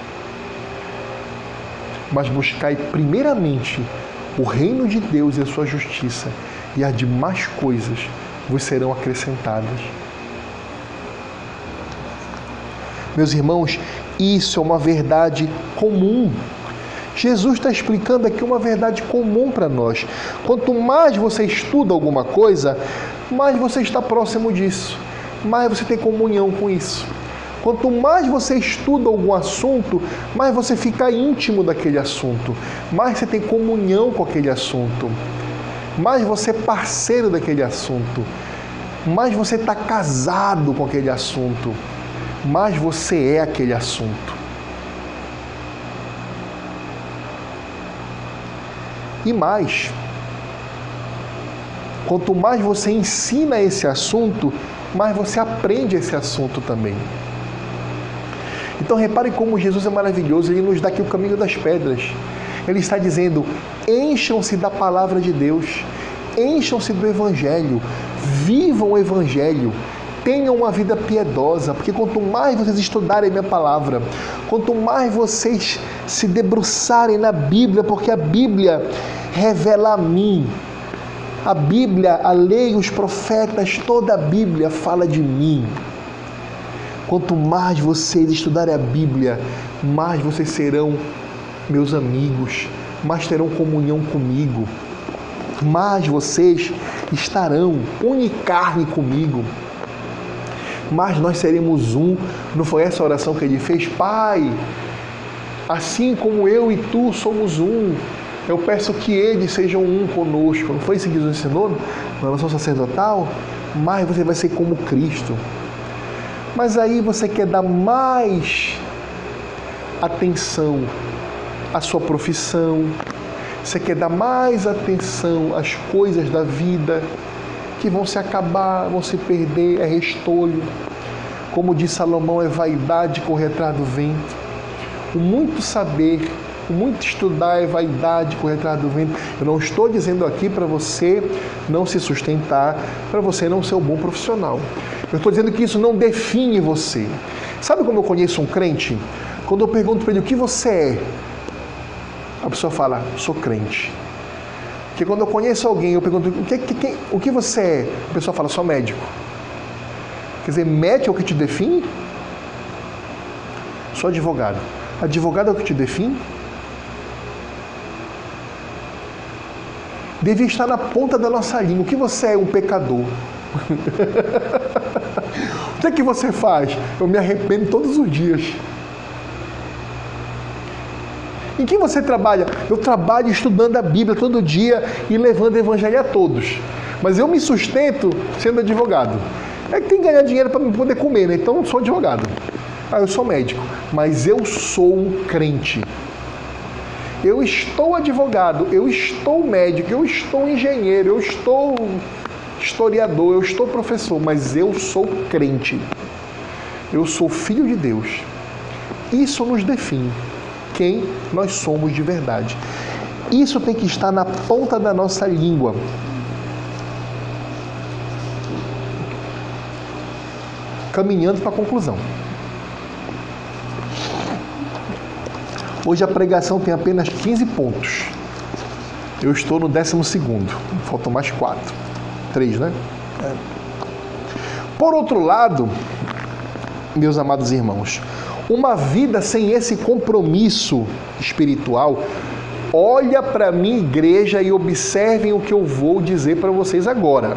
Mas buscai primeiramente o reino de Deus e a sua justiça, e as demais coisas vos serão acrescentadas. Meus irmãos, Isso é uma verdade comum. Jesus está explicando aqui uma verdade comum para nós. Quanto mais você estuda alguma coisa, mais você está próximo disso, mais você tem comunhão com isso. Quanto mais você estuda algum assunto, mais você fica íntimo daquele assunto, mais você tem comunhão com aquele assunto, mais você é parceiro daquele assunto, mais você está casado com aquele assunto, mais você é aquele assunto. E mais, quanto mais você ensina esse assunto, mais você aprende esse assunto também. Então repare como Jesus é maravilhoso, Ele nos dá aqui o caminho das pedras. Ele está dizendo, encham-se da palavra de Deus, encham-se do Evangelho, vivam o Evangelho, tenham uma vida piedosa, porque quanto mais vocês estudarem minha palavra, quanto mais vocês se debruçarem na Bíblia, porque a Bíblia revela a mim, a Bíblia, a lei, os profetas, toda a Bíblia fala de mim. Quanto mais vocês estudarem a Bíblia, mais vocês serão meus amigos, mais terão comunhão comigo, mais vocês estarão unicarne comigo, mais nós seremos um. Não foi essa a oração que ele fez? Pai, assim como eu e tu somos um, eu peço que eles sejam um conosco. Não foi isso que Jesus ensinou na oração sacerdotal? Mais você vai ser como Cristo. Mas aí você quer dar mais atenção à sua profissão, você quer dar mais atenção às coisas da vida que vão se acabar, vão se perder, é restolho. Como diz Salomão, é vaidade correr atrás do vento. O muito saber, o muito estudar é vaidade correr atrás do vento. Eu não estou dizendo aqui para você não se sustentar, para você não ser um bom profissional. Eu estou dizendo que isso não define você. Sabe como eu conheço um crente? Quando eu pergunto para ele o que você é, a pessoa fala, sou crente. Porque quando eu conheço alguém, eu pergunto o que você é, a pessoa fala, sou médico. Quer dizer, médico é o que te define? Sou advogado. Advogado é o que te define? Devia estar na ponta da nossa língua. O que você é? Um pecador. O que você faz? Eu me arrependo todos os dias. Em que você trabalha? Eu trabalho estudando a Bíblia todo dia e levando o Evangelho a todos. Mas eu me sustento sendo advogado. É que tem que ganhar dinheiro para poder comer, né? Então eu sou advogado. Eu sou médico. Mas eu sou um crente. Eu estou advogado, eu estou médico, eu estou engenheiro, eu estou historiador, eu estou professor, mas eu sou crente. Eu sou filho de Deus. Isso nos define quem nós somos de verdade. Isso tem que estar na ponta da nossa língua. Caminhando para a conclusão. Hoje a pregação tem apenas 15 pontos. Eu estou no 12º. Faltam mais 4. 3, né? Por outro lado, meus amados irmãos, uma vida sem esse compromisso espiritual, olha para a minha igreja e observem o que eu vou dizer para vocês agora.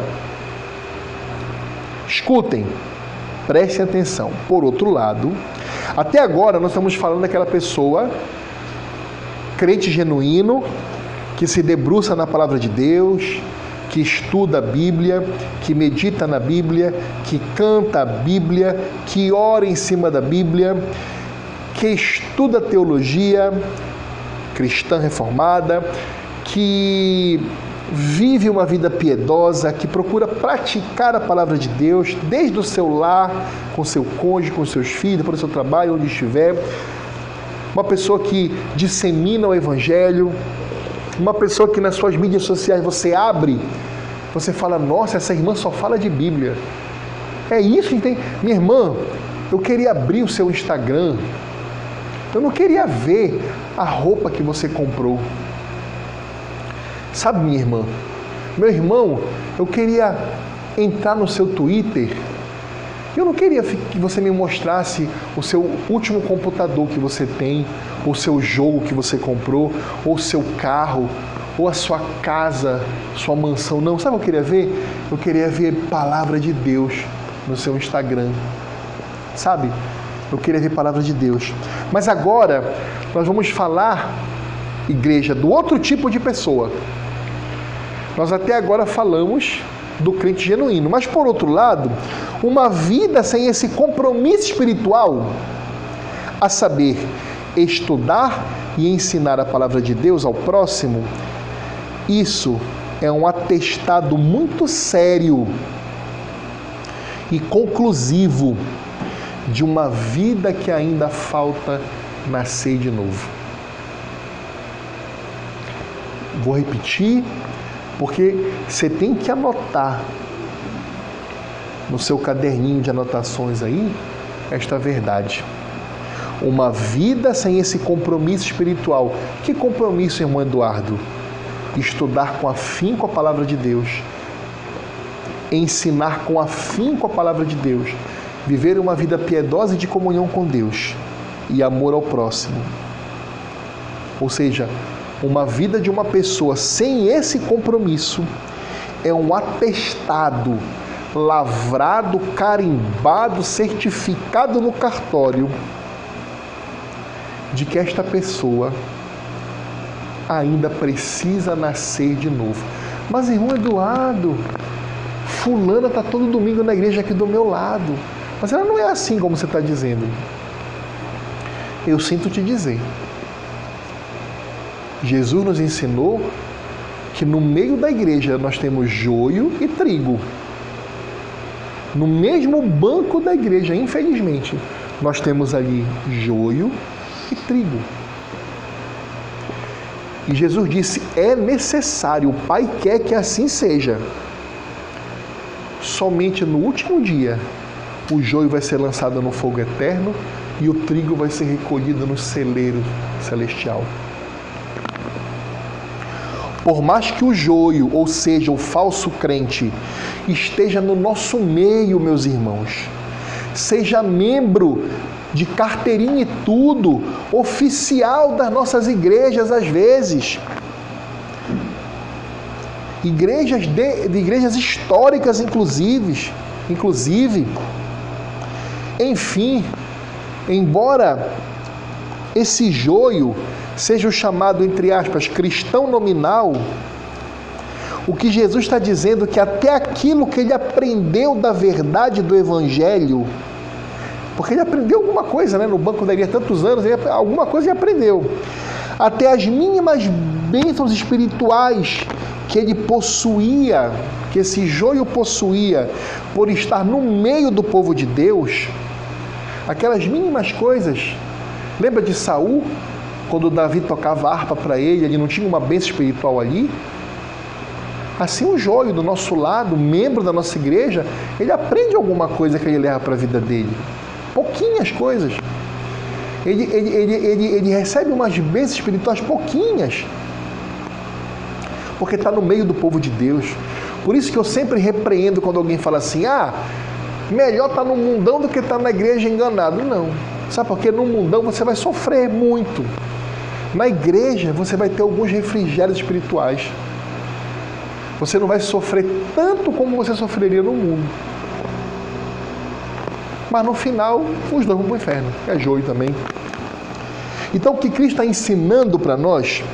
Escutem, prestem atenção. Por outro lado, até agora nós estamos falando daquela pessoa, crente genuíno, que se debruça na palavra de Deus, que estuda a Bíblia, que medita na Bíblia, que canta a Bíblia, que ora em cima da Bíblia, que estuda teologia cristã reformada, que vive uma vida piedosa, que procura praticar a palavra de Deus desde o seu lar, com seu cônjuge, com seus filhos, para o seu trabalho, onde estiver. Uma pessoa que dissemina o Evangelho, uma pessoa que nas suas mídias sociais você abre, você fala, nossa, essa irmã só fala de Bíblia. É isso que tem. Minha irmã, eu queria abrir o seu Instagram, eu não queria ver a roupa que você comprou. Sabe, minha irmã? Meu irmão, eu queria entrar no seu Twitter Eu não queria que você me mostrasse o seu último computador que você tem, ou o seu jogo que você comprou, ou o seu carro, ou a sua casa, sua mansão. Não, sabe o que eu queria ver? Eu queria ver palavra de Deus no seu Instagram, sabe? Eu queria ver palavra de Deus. Mas agora nós vamos falar, igreja, do outro tipo de pessoa. Nós até agora falamos do crente genuíno, mas por outro lado, uma vida sem esse compromisso espiritual, a saber, estudar e ensinar a palavra de Deus ao próximo, isso é um atestado muito sério e conclusivo de uma vida que ainda falta nascer de novo. Vou repetir, porque você tem que anotar no seu caderninho de anotações aí esta verdade. Uma vida sem esse compromisso espiritual. Que compromisso, irmão Eduardo? Estudar com afinco a palavra de Deus, ensinar com afinco a palavra de Deus, viver uma vida piedosa e de comunhão com Deus e amor ao próximo. Ou seja, uma vida de uma pessoa sem esse compromisso é um atestado lavrado, carimbado, certificado no cartório de que esta pessoa ainda precisa nascer de novo. Mas, irmão Eduardo, fulana está todo domingo na igreja aqui do meu lado. Mas ela não é assim como você está dizendo. Eu sinto te dizer. Jesus nos ensinou que no meio da igreja nós temos joio e trigo. No mesmo banco da igreja, infelizmente, nós temos ali joio e trigo. E Jesus disse, é necessário, o Pai quer que assim seja. Somente no último dia, o joio vai ser lançado no fogo eterno e o trigo vai ser recolhido no celeiro celestial. Por mais que o joio, ou seja, o falso crente, esteja no nosso meio, meus irmãos, seja membro de carteirinha e tudo, oficial das nossas igrejas às vezes, igrejas históricas inclusive, enfim, embora esse joio seja o chamado, entre aspas, cristão nominal, o que Jesus está dizendo é que até aquilo que ele aprendeu da verdade do Evangelho, porque ele aprendeu alguma coisa, né? No banco da igreja há tantos anos, alguma coisa ele aprendeu. Até as mínimas bênçãos espirituais que ele possuía, que esse joio possuía, por estar no meio do povo de Deus, aquelas mínimas coisas. Lembra de Saul? Quando Davi tocava a harpa para ele não tinha uma bênção espiritual ali? Assim o joio do nosso lado, membro da nossa igreja, ele aprende alguma coisa que ele leva para a vida dele. Pouquinhas coisas. Ele recebe umas bênçãos espirituais pouquinhas. Porque está no meio do povo de Deus. Por isso que eu sempre repreendo quando alguém fala assim, melhor estar no mundão do que estar na igreja enganado. Não. Sabe por quê? No mundão você vai sofrer muito. Na igreja você vai ter alguns refrigérios espirituais. Você não vai sofrer tanto como você sofreria no mundo. Mas no final, os dois vão para o inferno. É joio também. Então o que Cristo está ensinando para nós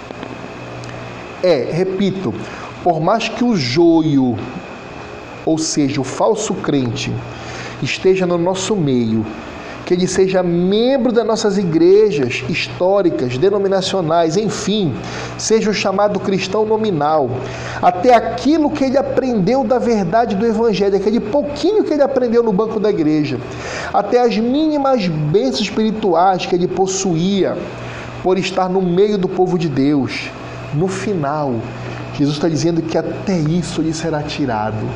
repito, por mais que o joio, ou seja, o falso crente, esteja no nosso meio, que ele seja membro das nossas igrejas históricas, denominacionais, enfim, seja o chamado cristão nominal, até aquilo que ele aprendeu da verdade do Evangelho, aquele pouquinho que ele aprendeu no banco da igreja, até as mínimas bênçãos espirituais que ele possuía por estar no meio do povo de Deus, no final, Jesus está dizendo que até isso lhe será tirado.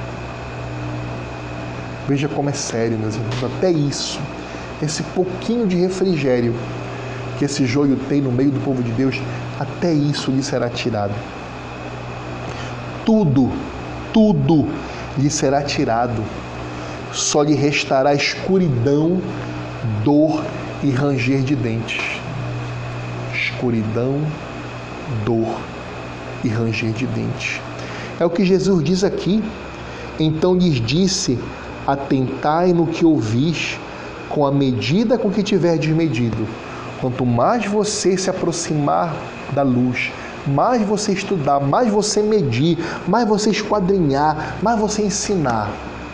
Veja como é sério, meus irmãos, até isso. Esse pouquinho de refrigério que esse joio tem no meio do povo de Deus, até isso lhe será tirado. Tudo lhe será tirado. só lhe restará escuridão, dor e ranger de dentes. Escuridão, dor e ranger de dentes. É o que Jesus diz aqui. Então lhes disse: atentai no que ouvis, com a medida com que tiverdes medido. Quanto mais você se aproximar da luz, mais você estudar, mais você medir, mais você esquadrinhar, mais você ensinar,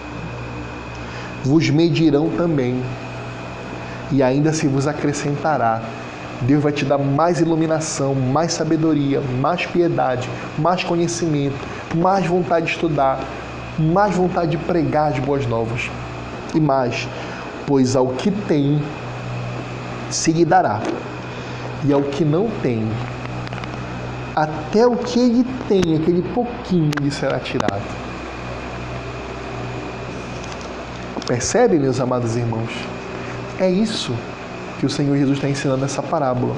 vos medirão também, e ainda se vos acrescentará. Deus vai te dar mais iluminação, mais sabedoria, mais piedade, mais conhecimento, mais vontade de estudar, mais vontade de pregar as boas novas. E mais, pois ao que tem se lhe dará, e ao que não tem, até o que ele tem, aquele pouquinho, lhe será tirado. Percebe, meus amados irmãos? É isso que o Senhor Jesus está ensinando nessa parábola.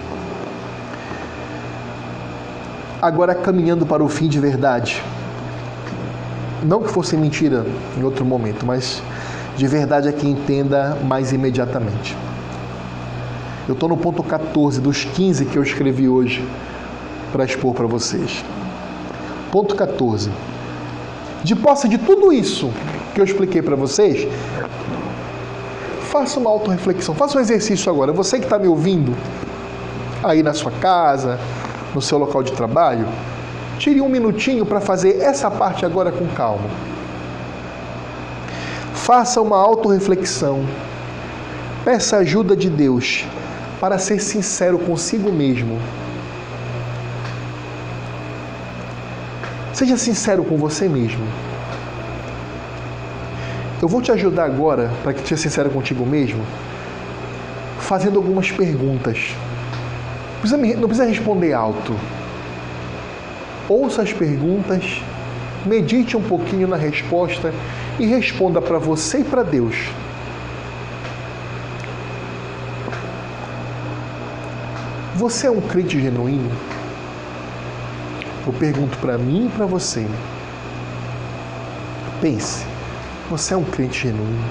Agora, caminhando para o fim de verdade. Não que fosse mentira em outro momento, mas de verdade é que entenda mais imediatamente. Eu estou no ponto 14 dos 15 que eu escrevi hoje para expor para vocês. Ponto 14. De posse de tudo isso que eu expliquei para vocês, faça uma autorreflexão, faça um exercício agora. Você que está me ouvindo aí na sua casa, no seu local de trabalho, tire um minutinho para fazer essa parte agora com calma. Faça uma autorreflexão. Peça ajuda de Deus para ser sincero consigo mesmo. Seja sincero com você mesmo. Eu vou te ajudar agora, para que seja sincero contigo mesmo, fazendo algumas perguntas. Não precisa responder alto. Ouça as perguntas, medite um pouquinho na resposta e responda para você e para Deus. Você é um crente genuíno? Eu pergunto para mim e para você. Pense, você é um crente genuíno?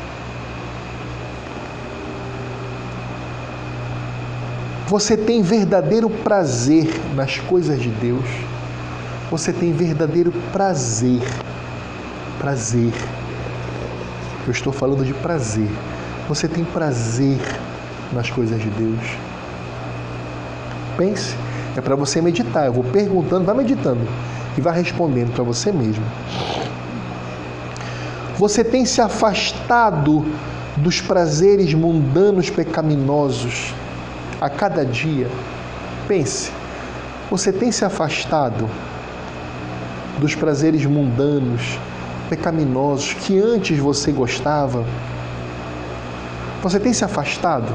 Você tem verdadeiro prazer nas coisas de Deus? Você tem verdadeiro prazer? Prazer. Eu estou falando de prazer. Você tem prazer nas coisas de Deus? Pense. É para você meditar. Eu vou perguntando, vai meditando e vai respondendo para você mesmo. Você tem se afastado dos prazeres mundanos pecaminosos a cada dia? Pense. Você tem se afastado dos prazeres mundanos pecaminosos que antes você gostava? Você tem se afastado?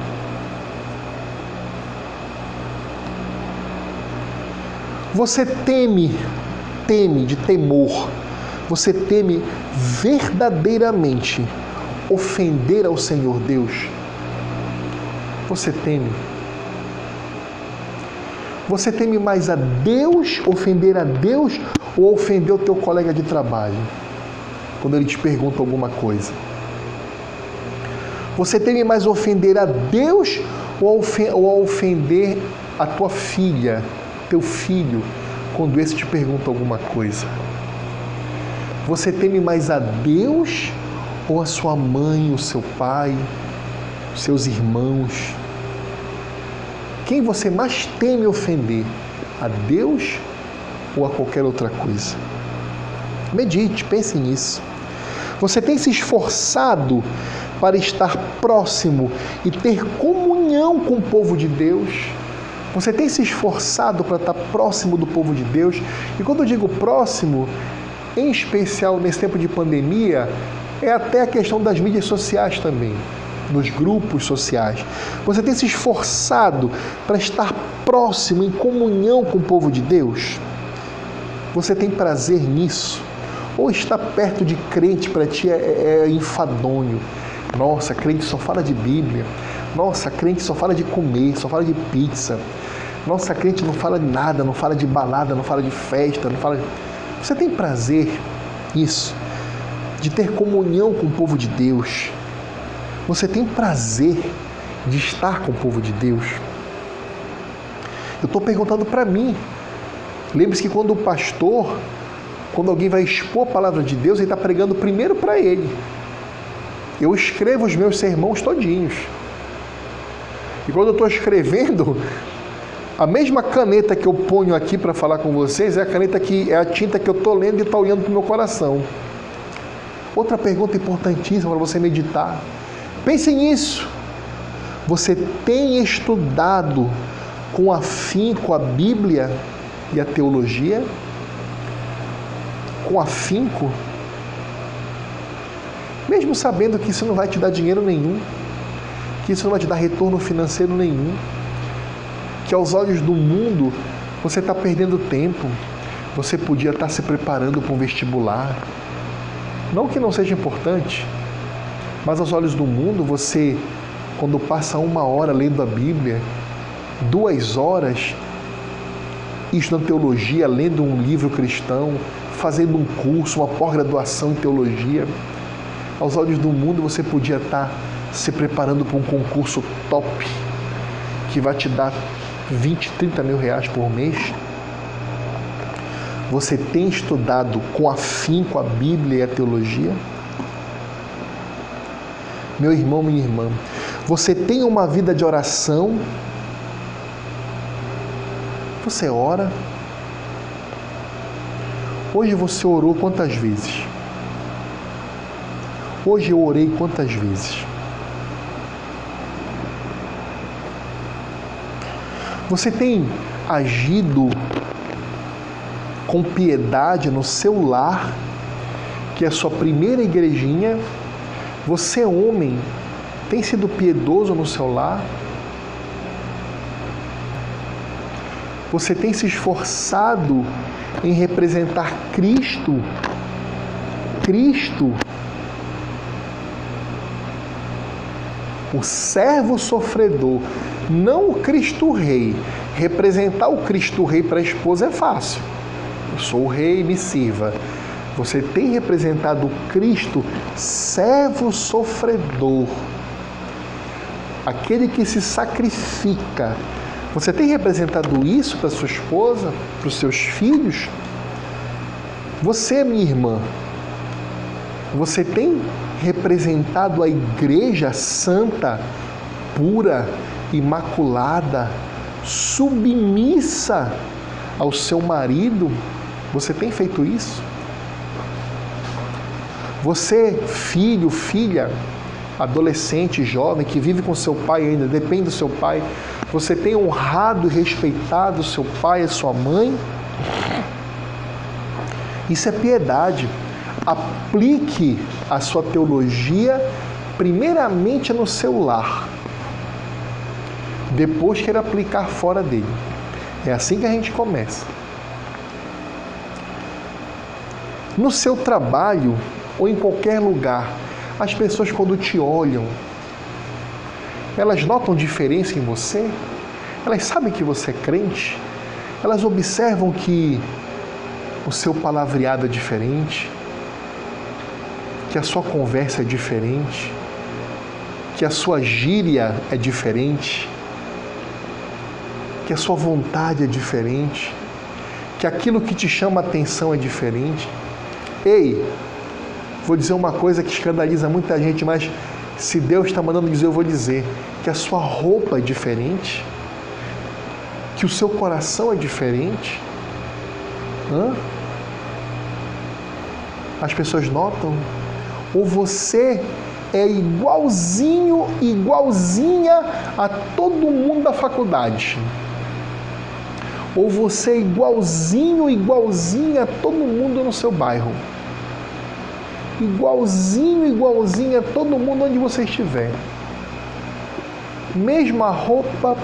Você teme de temor, você teme verdadeiramente ofender ao Senhor Deus? Você teme? Você teme mais a Deus, ofender a Deus, ou ofender o teu colega de trabalho, quando ele te pergunta alguma coisa? Você teme mais ofender a Deus ou ofender a tua filha, teu filho, quando esse te pergunta alguma coisa? Você teme mais a Deus ou a sua mãe, o seu pai, os seus irmãos? Quem você mais teme ofender? A Deus ou a qualquer outra coisa? Medite, pense nisso. Você tem se esforçado para estar próximo e ter comunhão com o povo de Deus? Você tem se esforçado para estar próximo do povo de Deus? E quando eu digo próximo, em especial nesse tempo de pandemia, é até a questão das mídias sociais também, nos grupos sociais. Você tem se esforçado para estar próximo, em comunhão com o povo de Deus? Você tem prazer nisso? Ou estar perto de crente para ti é enfadonho? Nossa, crente só fala de Bíblia. Nossa, crente só fala de comer, só fala de pizza. Nossa, crente não fala de nada, não fala de balada, não fala de festa, não fala de... Você tem prazer nisso? de ter comunhão com o povo de Deus? Você tem prazer de estar com o povo de Deus? Eu estou perguntando para mim. Lembre-se que quando o pastor, quando alguém vai expor a palavra de Deus, ele está pregando primeiro para ele. Eu escrevo os meus sermões todinhos. E quando eu estou escrevendo, a mesma caneta que eu ponho aqui para falar com vocês é a caneta que é a tinta que eu estou lendo e está olhando para o meu coração. Outra pergunta importantíssima para você meditar. Pense nisso. Você tem estudado com afinco a Bíblia e a teologia? Com afinco? Mesmo sabendo que isso não vai te dar dinheiro nenhum, que isso não vai te dar retorno financeiro nenhum, que aos olhos do mundo você está perdendo tempo, você podia estar se preparando para um vestibular. Não que não seja importante, mas aos olhos do mundo você, quando passa 1 hora lendo a Bíblia, 2 horas estudando teologia, lendo um livro cristão, fazendo um curso, uma pós-graduação em teologia, aos olhos do mundo você podia estar se preparando para um concurso top que vai te dar 20, 30 mil reais por mês. Você tem estudado com afinco a Bíblia e a teologia? Meu irmão, minha irmã, você tem uma vida de oração? Você ora? Hoje você orou quantas vezes? Hoje eu orei quantas vezes? Você tem agido com piedade no seu lar, que é a sua primeira igrejinha? Você, homem, tem sido piedoso no seu lar? Você tem se esforçado em representar Cristo? Cristo, o servo sofredor, não o Cristo Rei. Representar o Cristo Rei para a esposa é fácil. Eu sou o rei, me sirva. Você tem representado o Cristo, servo sofredor, aquele que se sacrifica. Você tem representado isso para sua esposa, para os seus filhos? Você, minha irmã, você tem representado a igreja santa, pura, imaculada, submissa ao seu marido? Você tem feito isso? Você, filho, filha, adolescente, jovem, que vive com seu pai ainda, depende do seu pai, você tem honrado e respeitado seu pai e sua mãe? Isso é piedade. Aplique a sua teologia primeiramente no seu lar, depois queira aplicar fora dele. É assim que a gente começa. No seu trabalho ou em qualquer lugar, as pessoas quando te olham, elas notam diferença em você? Elas sabem que você é crente? Elas observam que o seu palavreado é diferente? Que a sua conversa é diferente? Que a sua gíria é diferente? Que a sua vontade é diferente? Que aquilo que te chama a atenção é diferente? Ei, vou dizer uma coisa que escandaliza muita gente, mas se Deus está mandando dizer, eu vou dizer. Que a sua roupa é diferente? Que o seu coração é diferente? As pessoas notam? Ou você é igualzinho, igualzinha a todo mundo da faculdade? Ou você é igualzinho, igualzinha a todo mundo no seu bairro? Igualzinho, igualzinho a todo mundo onde você estiver. Mesma roupa,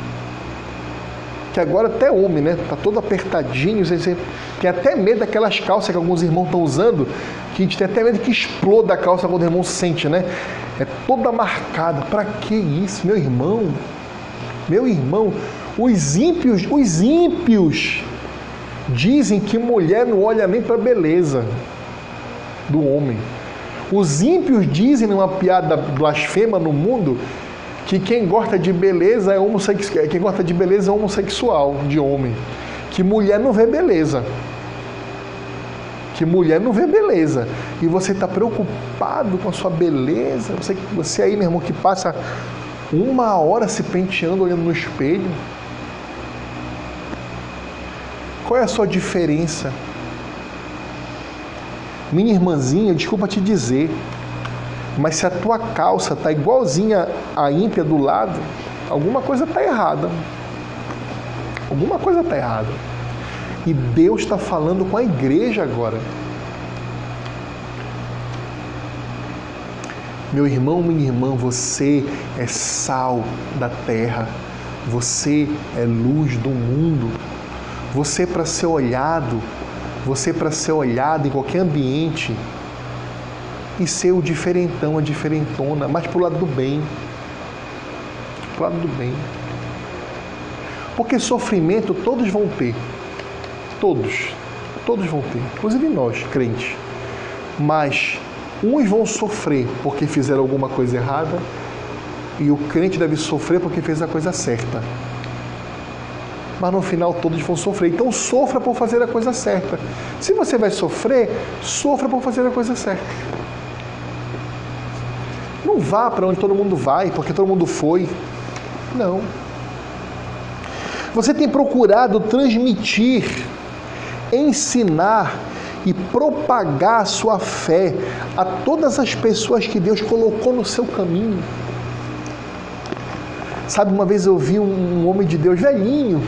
que agora até homem, né? Tá todo apertadinho, você tem até medo daquelas calças que alguns irmãos estão usando, que a gente tem até medo que exploda a calça quando o irmão sente, né? É toda marcada. Para que isso, meu irmão? Meu irmão, os ímpios dizem que mulher não olha nem para a beleza do homem. Os ímpios dizem numa piada blasfema no mundo que quem gosta de beleza é homossexual, de homem. Que mulher não vê beleza. Que mulher não vê beleza. E você está preocupado com a sua beleza. Você aí, meu irmão, que passa 1 hora se penteando, olhando no espelho. Qual é a sua diferença? Minha irmãzinha, desculpa te dizer, mas se a tua calça está igualzinha à ímpia do lado, alguma coisa está errada. Alguma coisa está errada. E Deus está falando com a igreja agora. Meu irmão, minha irmã, você é sal da terra. Você é luz do mundo. Você para ser olhado em qualquer ambiente e ser o diferentão, a diferentona, mas pro lado do bem. Pro lado do bem. Porque sofrimento todos vão ter. Todos vão ter, inclusive nós, crentes. Mas uns vão sofrer porque fizeram alguma coisa errada e o crente deve sofrer porque fez a coisa certa. Mas no final todos vão sofrer. Então sofra por fazer a coisa certa. Se você vai sofrer, sofra por fazer a coisa certa. Não vá para onde todo mundo vai, porque todo mundo foi. Não. Você tem procurado transmitir, ensinar e propagar a sua fé a todas as pessoas que Deus colocou no seu caminho. Sabe, uma vez eu vi um homem de Deus velhinho,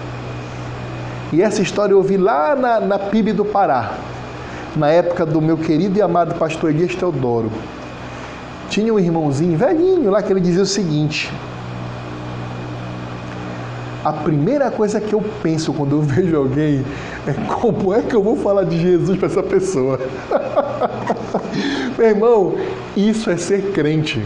e essa história eu ouvi lá na PIB do Pará, na época do meu querido e amado pastor Elias Teodoro. Tinha um irmãozinho velhinho lá que ele dizia o seguinte: a primeira coisa que eu penso quando eu vejo alguém é como é que eu vou falar de Jesus para essa pessoa. Meu irmão, isso é ser crente.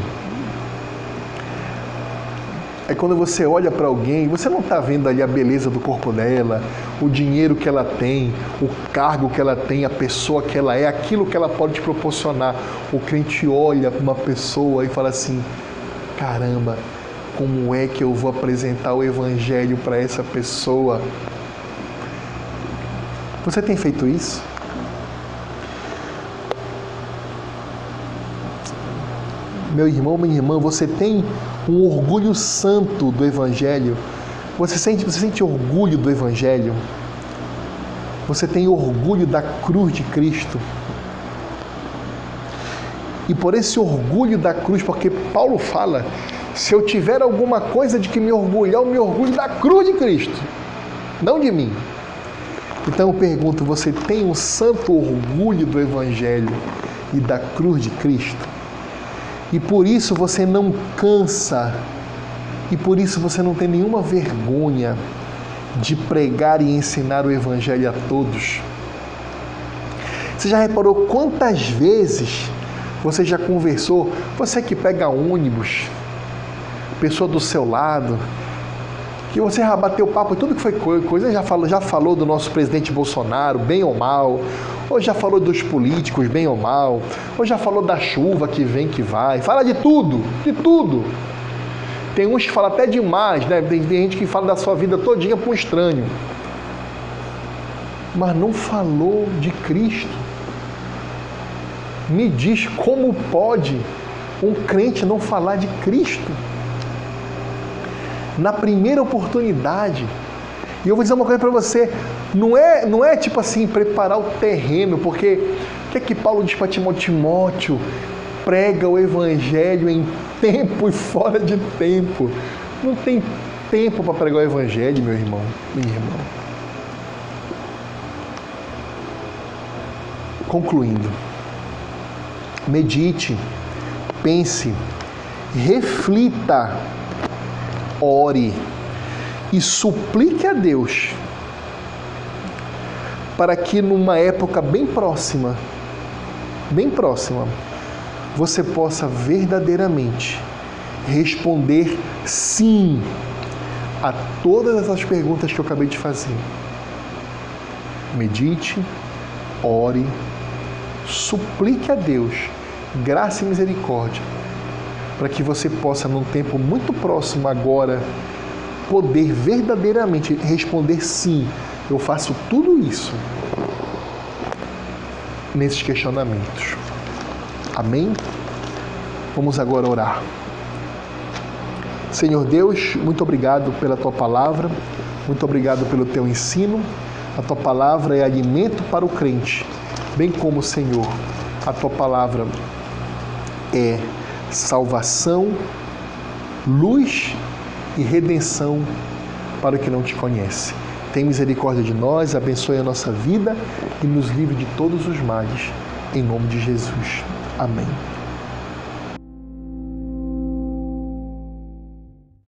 É quando você olha para alguém, você não está vendo ali a beleza do corpo dela, o dinheiro que ela tem, o cargo que ela tem, a pessoa que ela é, aquilo que ela pode te proporcionar. O crente olha para uma pessoa e fala assim: caramba, como é que eu vou apresentar o evangelho para essa pessoa? Você tem feito isso? Meu irmão, minha irmã, você tem um orgulho santo do evangelho? Você sente orgulho do evangelho? Você tem orgulho da cruz de Cristo? E por esse orgulho da cruz, porque Paulo fala: se eu tiver alguma coisa de que me orgulhar, eu me orgulho da cruz de Cristo, não de mim. Então eu pergunto, você tem um santo orgulho do evangelho e da cruz de Cristo? E por isso você não cansa, e por isso você não tem nenhuma vergonha de pregar e ensinar o evangelho a todos. Você já reparou quantas vezes você já conversou, você que pega ônibus, pessoa do seu lado, que você já bateu papo, tudo que foi coisa, já falou do nosso presidente Bolsonaro, bem ou mal, ou já falou dos políticos, bem ou mal, ou já falou da chuva que vem, que vai, fala de tudo, de tudo. Tem uns que falam até demais, né? Tem gente que fala da sua vida todinha para um estranho, mas não falou de Cristo. Me diz como pode um crente não falar de Cristo? Na primeira oportunidade. E eu vou dizer uma coisa para você, não é tipo assim, preparar o terreno, porque o que é que Paulo diz para Timóteo? Prega o evangelho em tempo e fora de tempo. Não tem tempo para pregar o evangelho, meu irmão, minha irmã. Concluindo, medite, pense, reflita, ore e suplique a Deus para que numa época bem próxima, você possa verdadeiramente responder sim a todas essas perguntas que eu acabei de fazer. Medite, ore, suplique a Deus graça e misericórdia, para que você possa, num tempo muito próximo agora, poder verdadeiramente responder sim, eu faço tudo isso nesses questionamentos. Amém? Vamos agora orar. Senhor Deus, muito obrigado pela Tua palavra, muito obrigado pelo Teu ensino. A Tua palavra é alimento para o crente, bem como, Senhor, a Tua palavra é salvação, luz e redenção para o que não Te conhece. Tem misericórdia de nós, abençoe a nossa vida e nos livre de todos os males. Em nome de Jesus. Amém.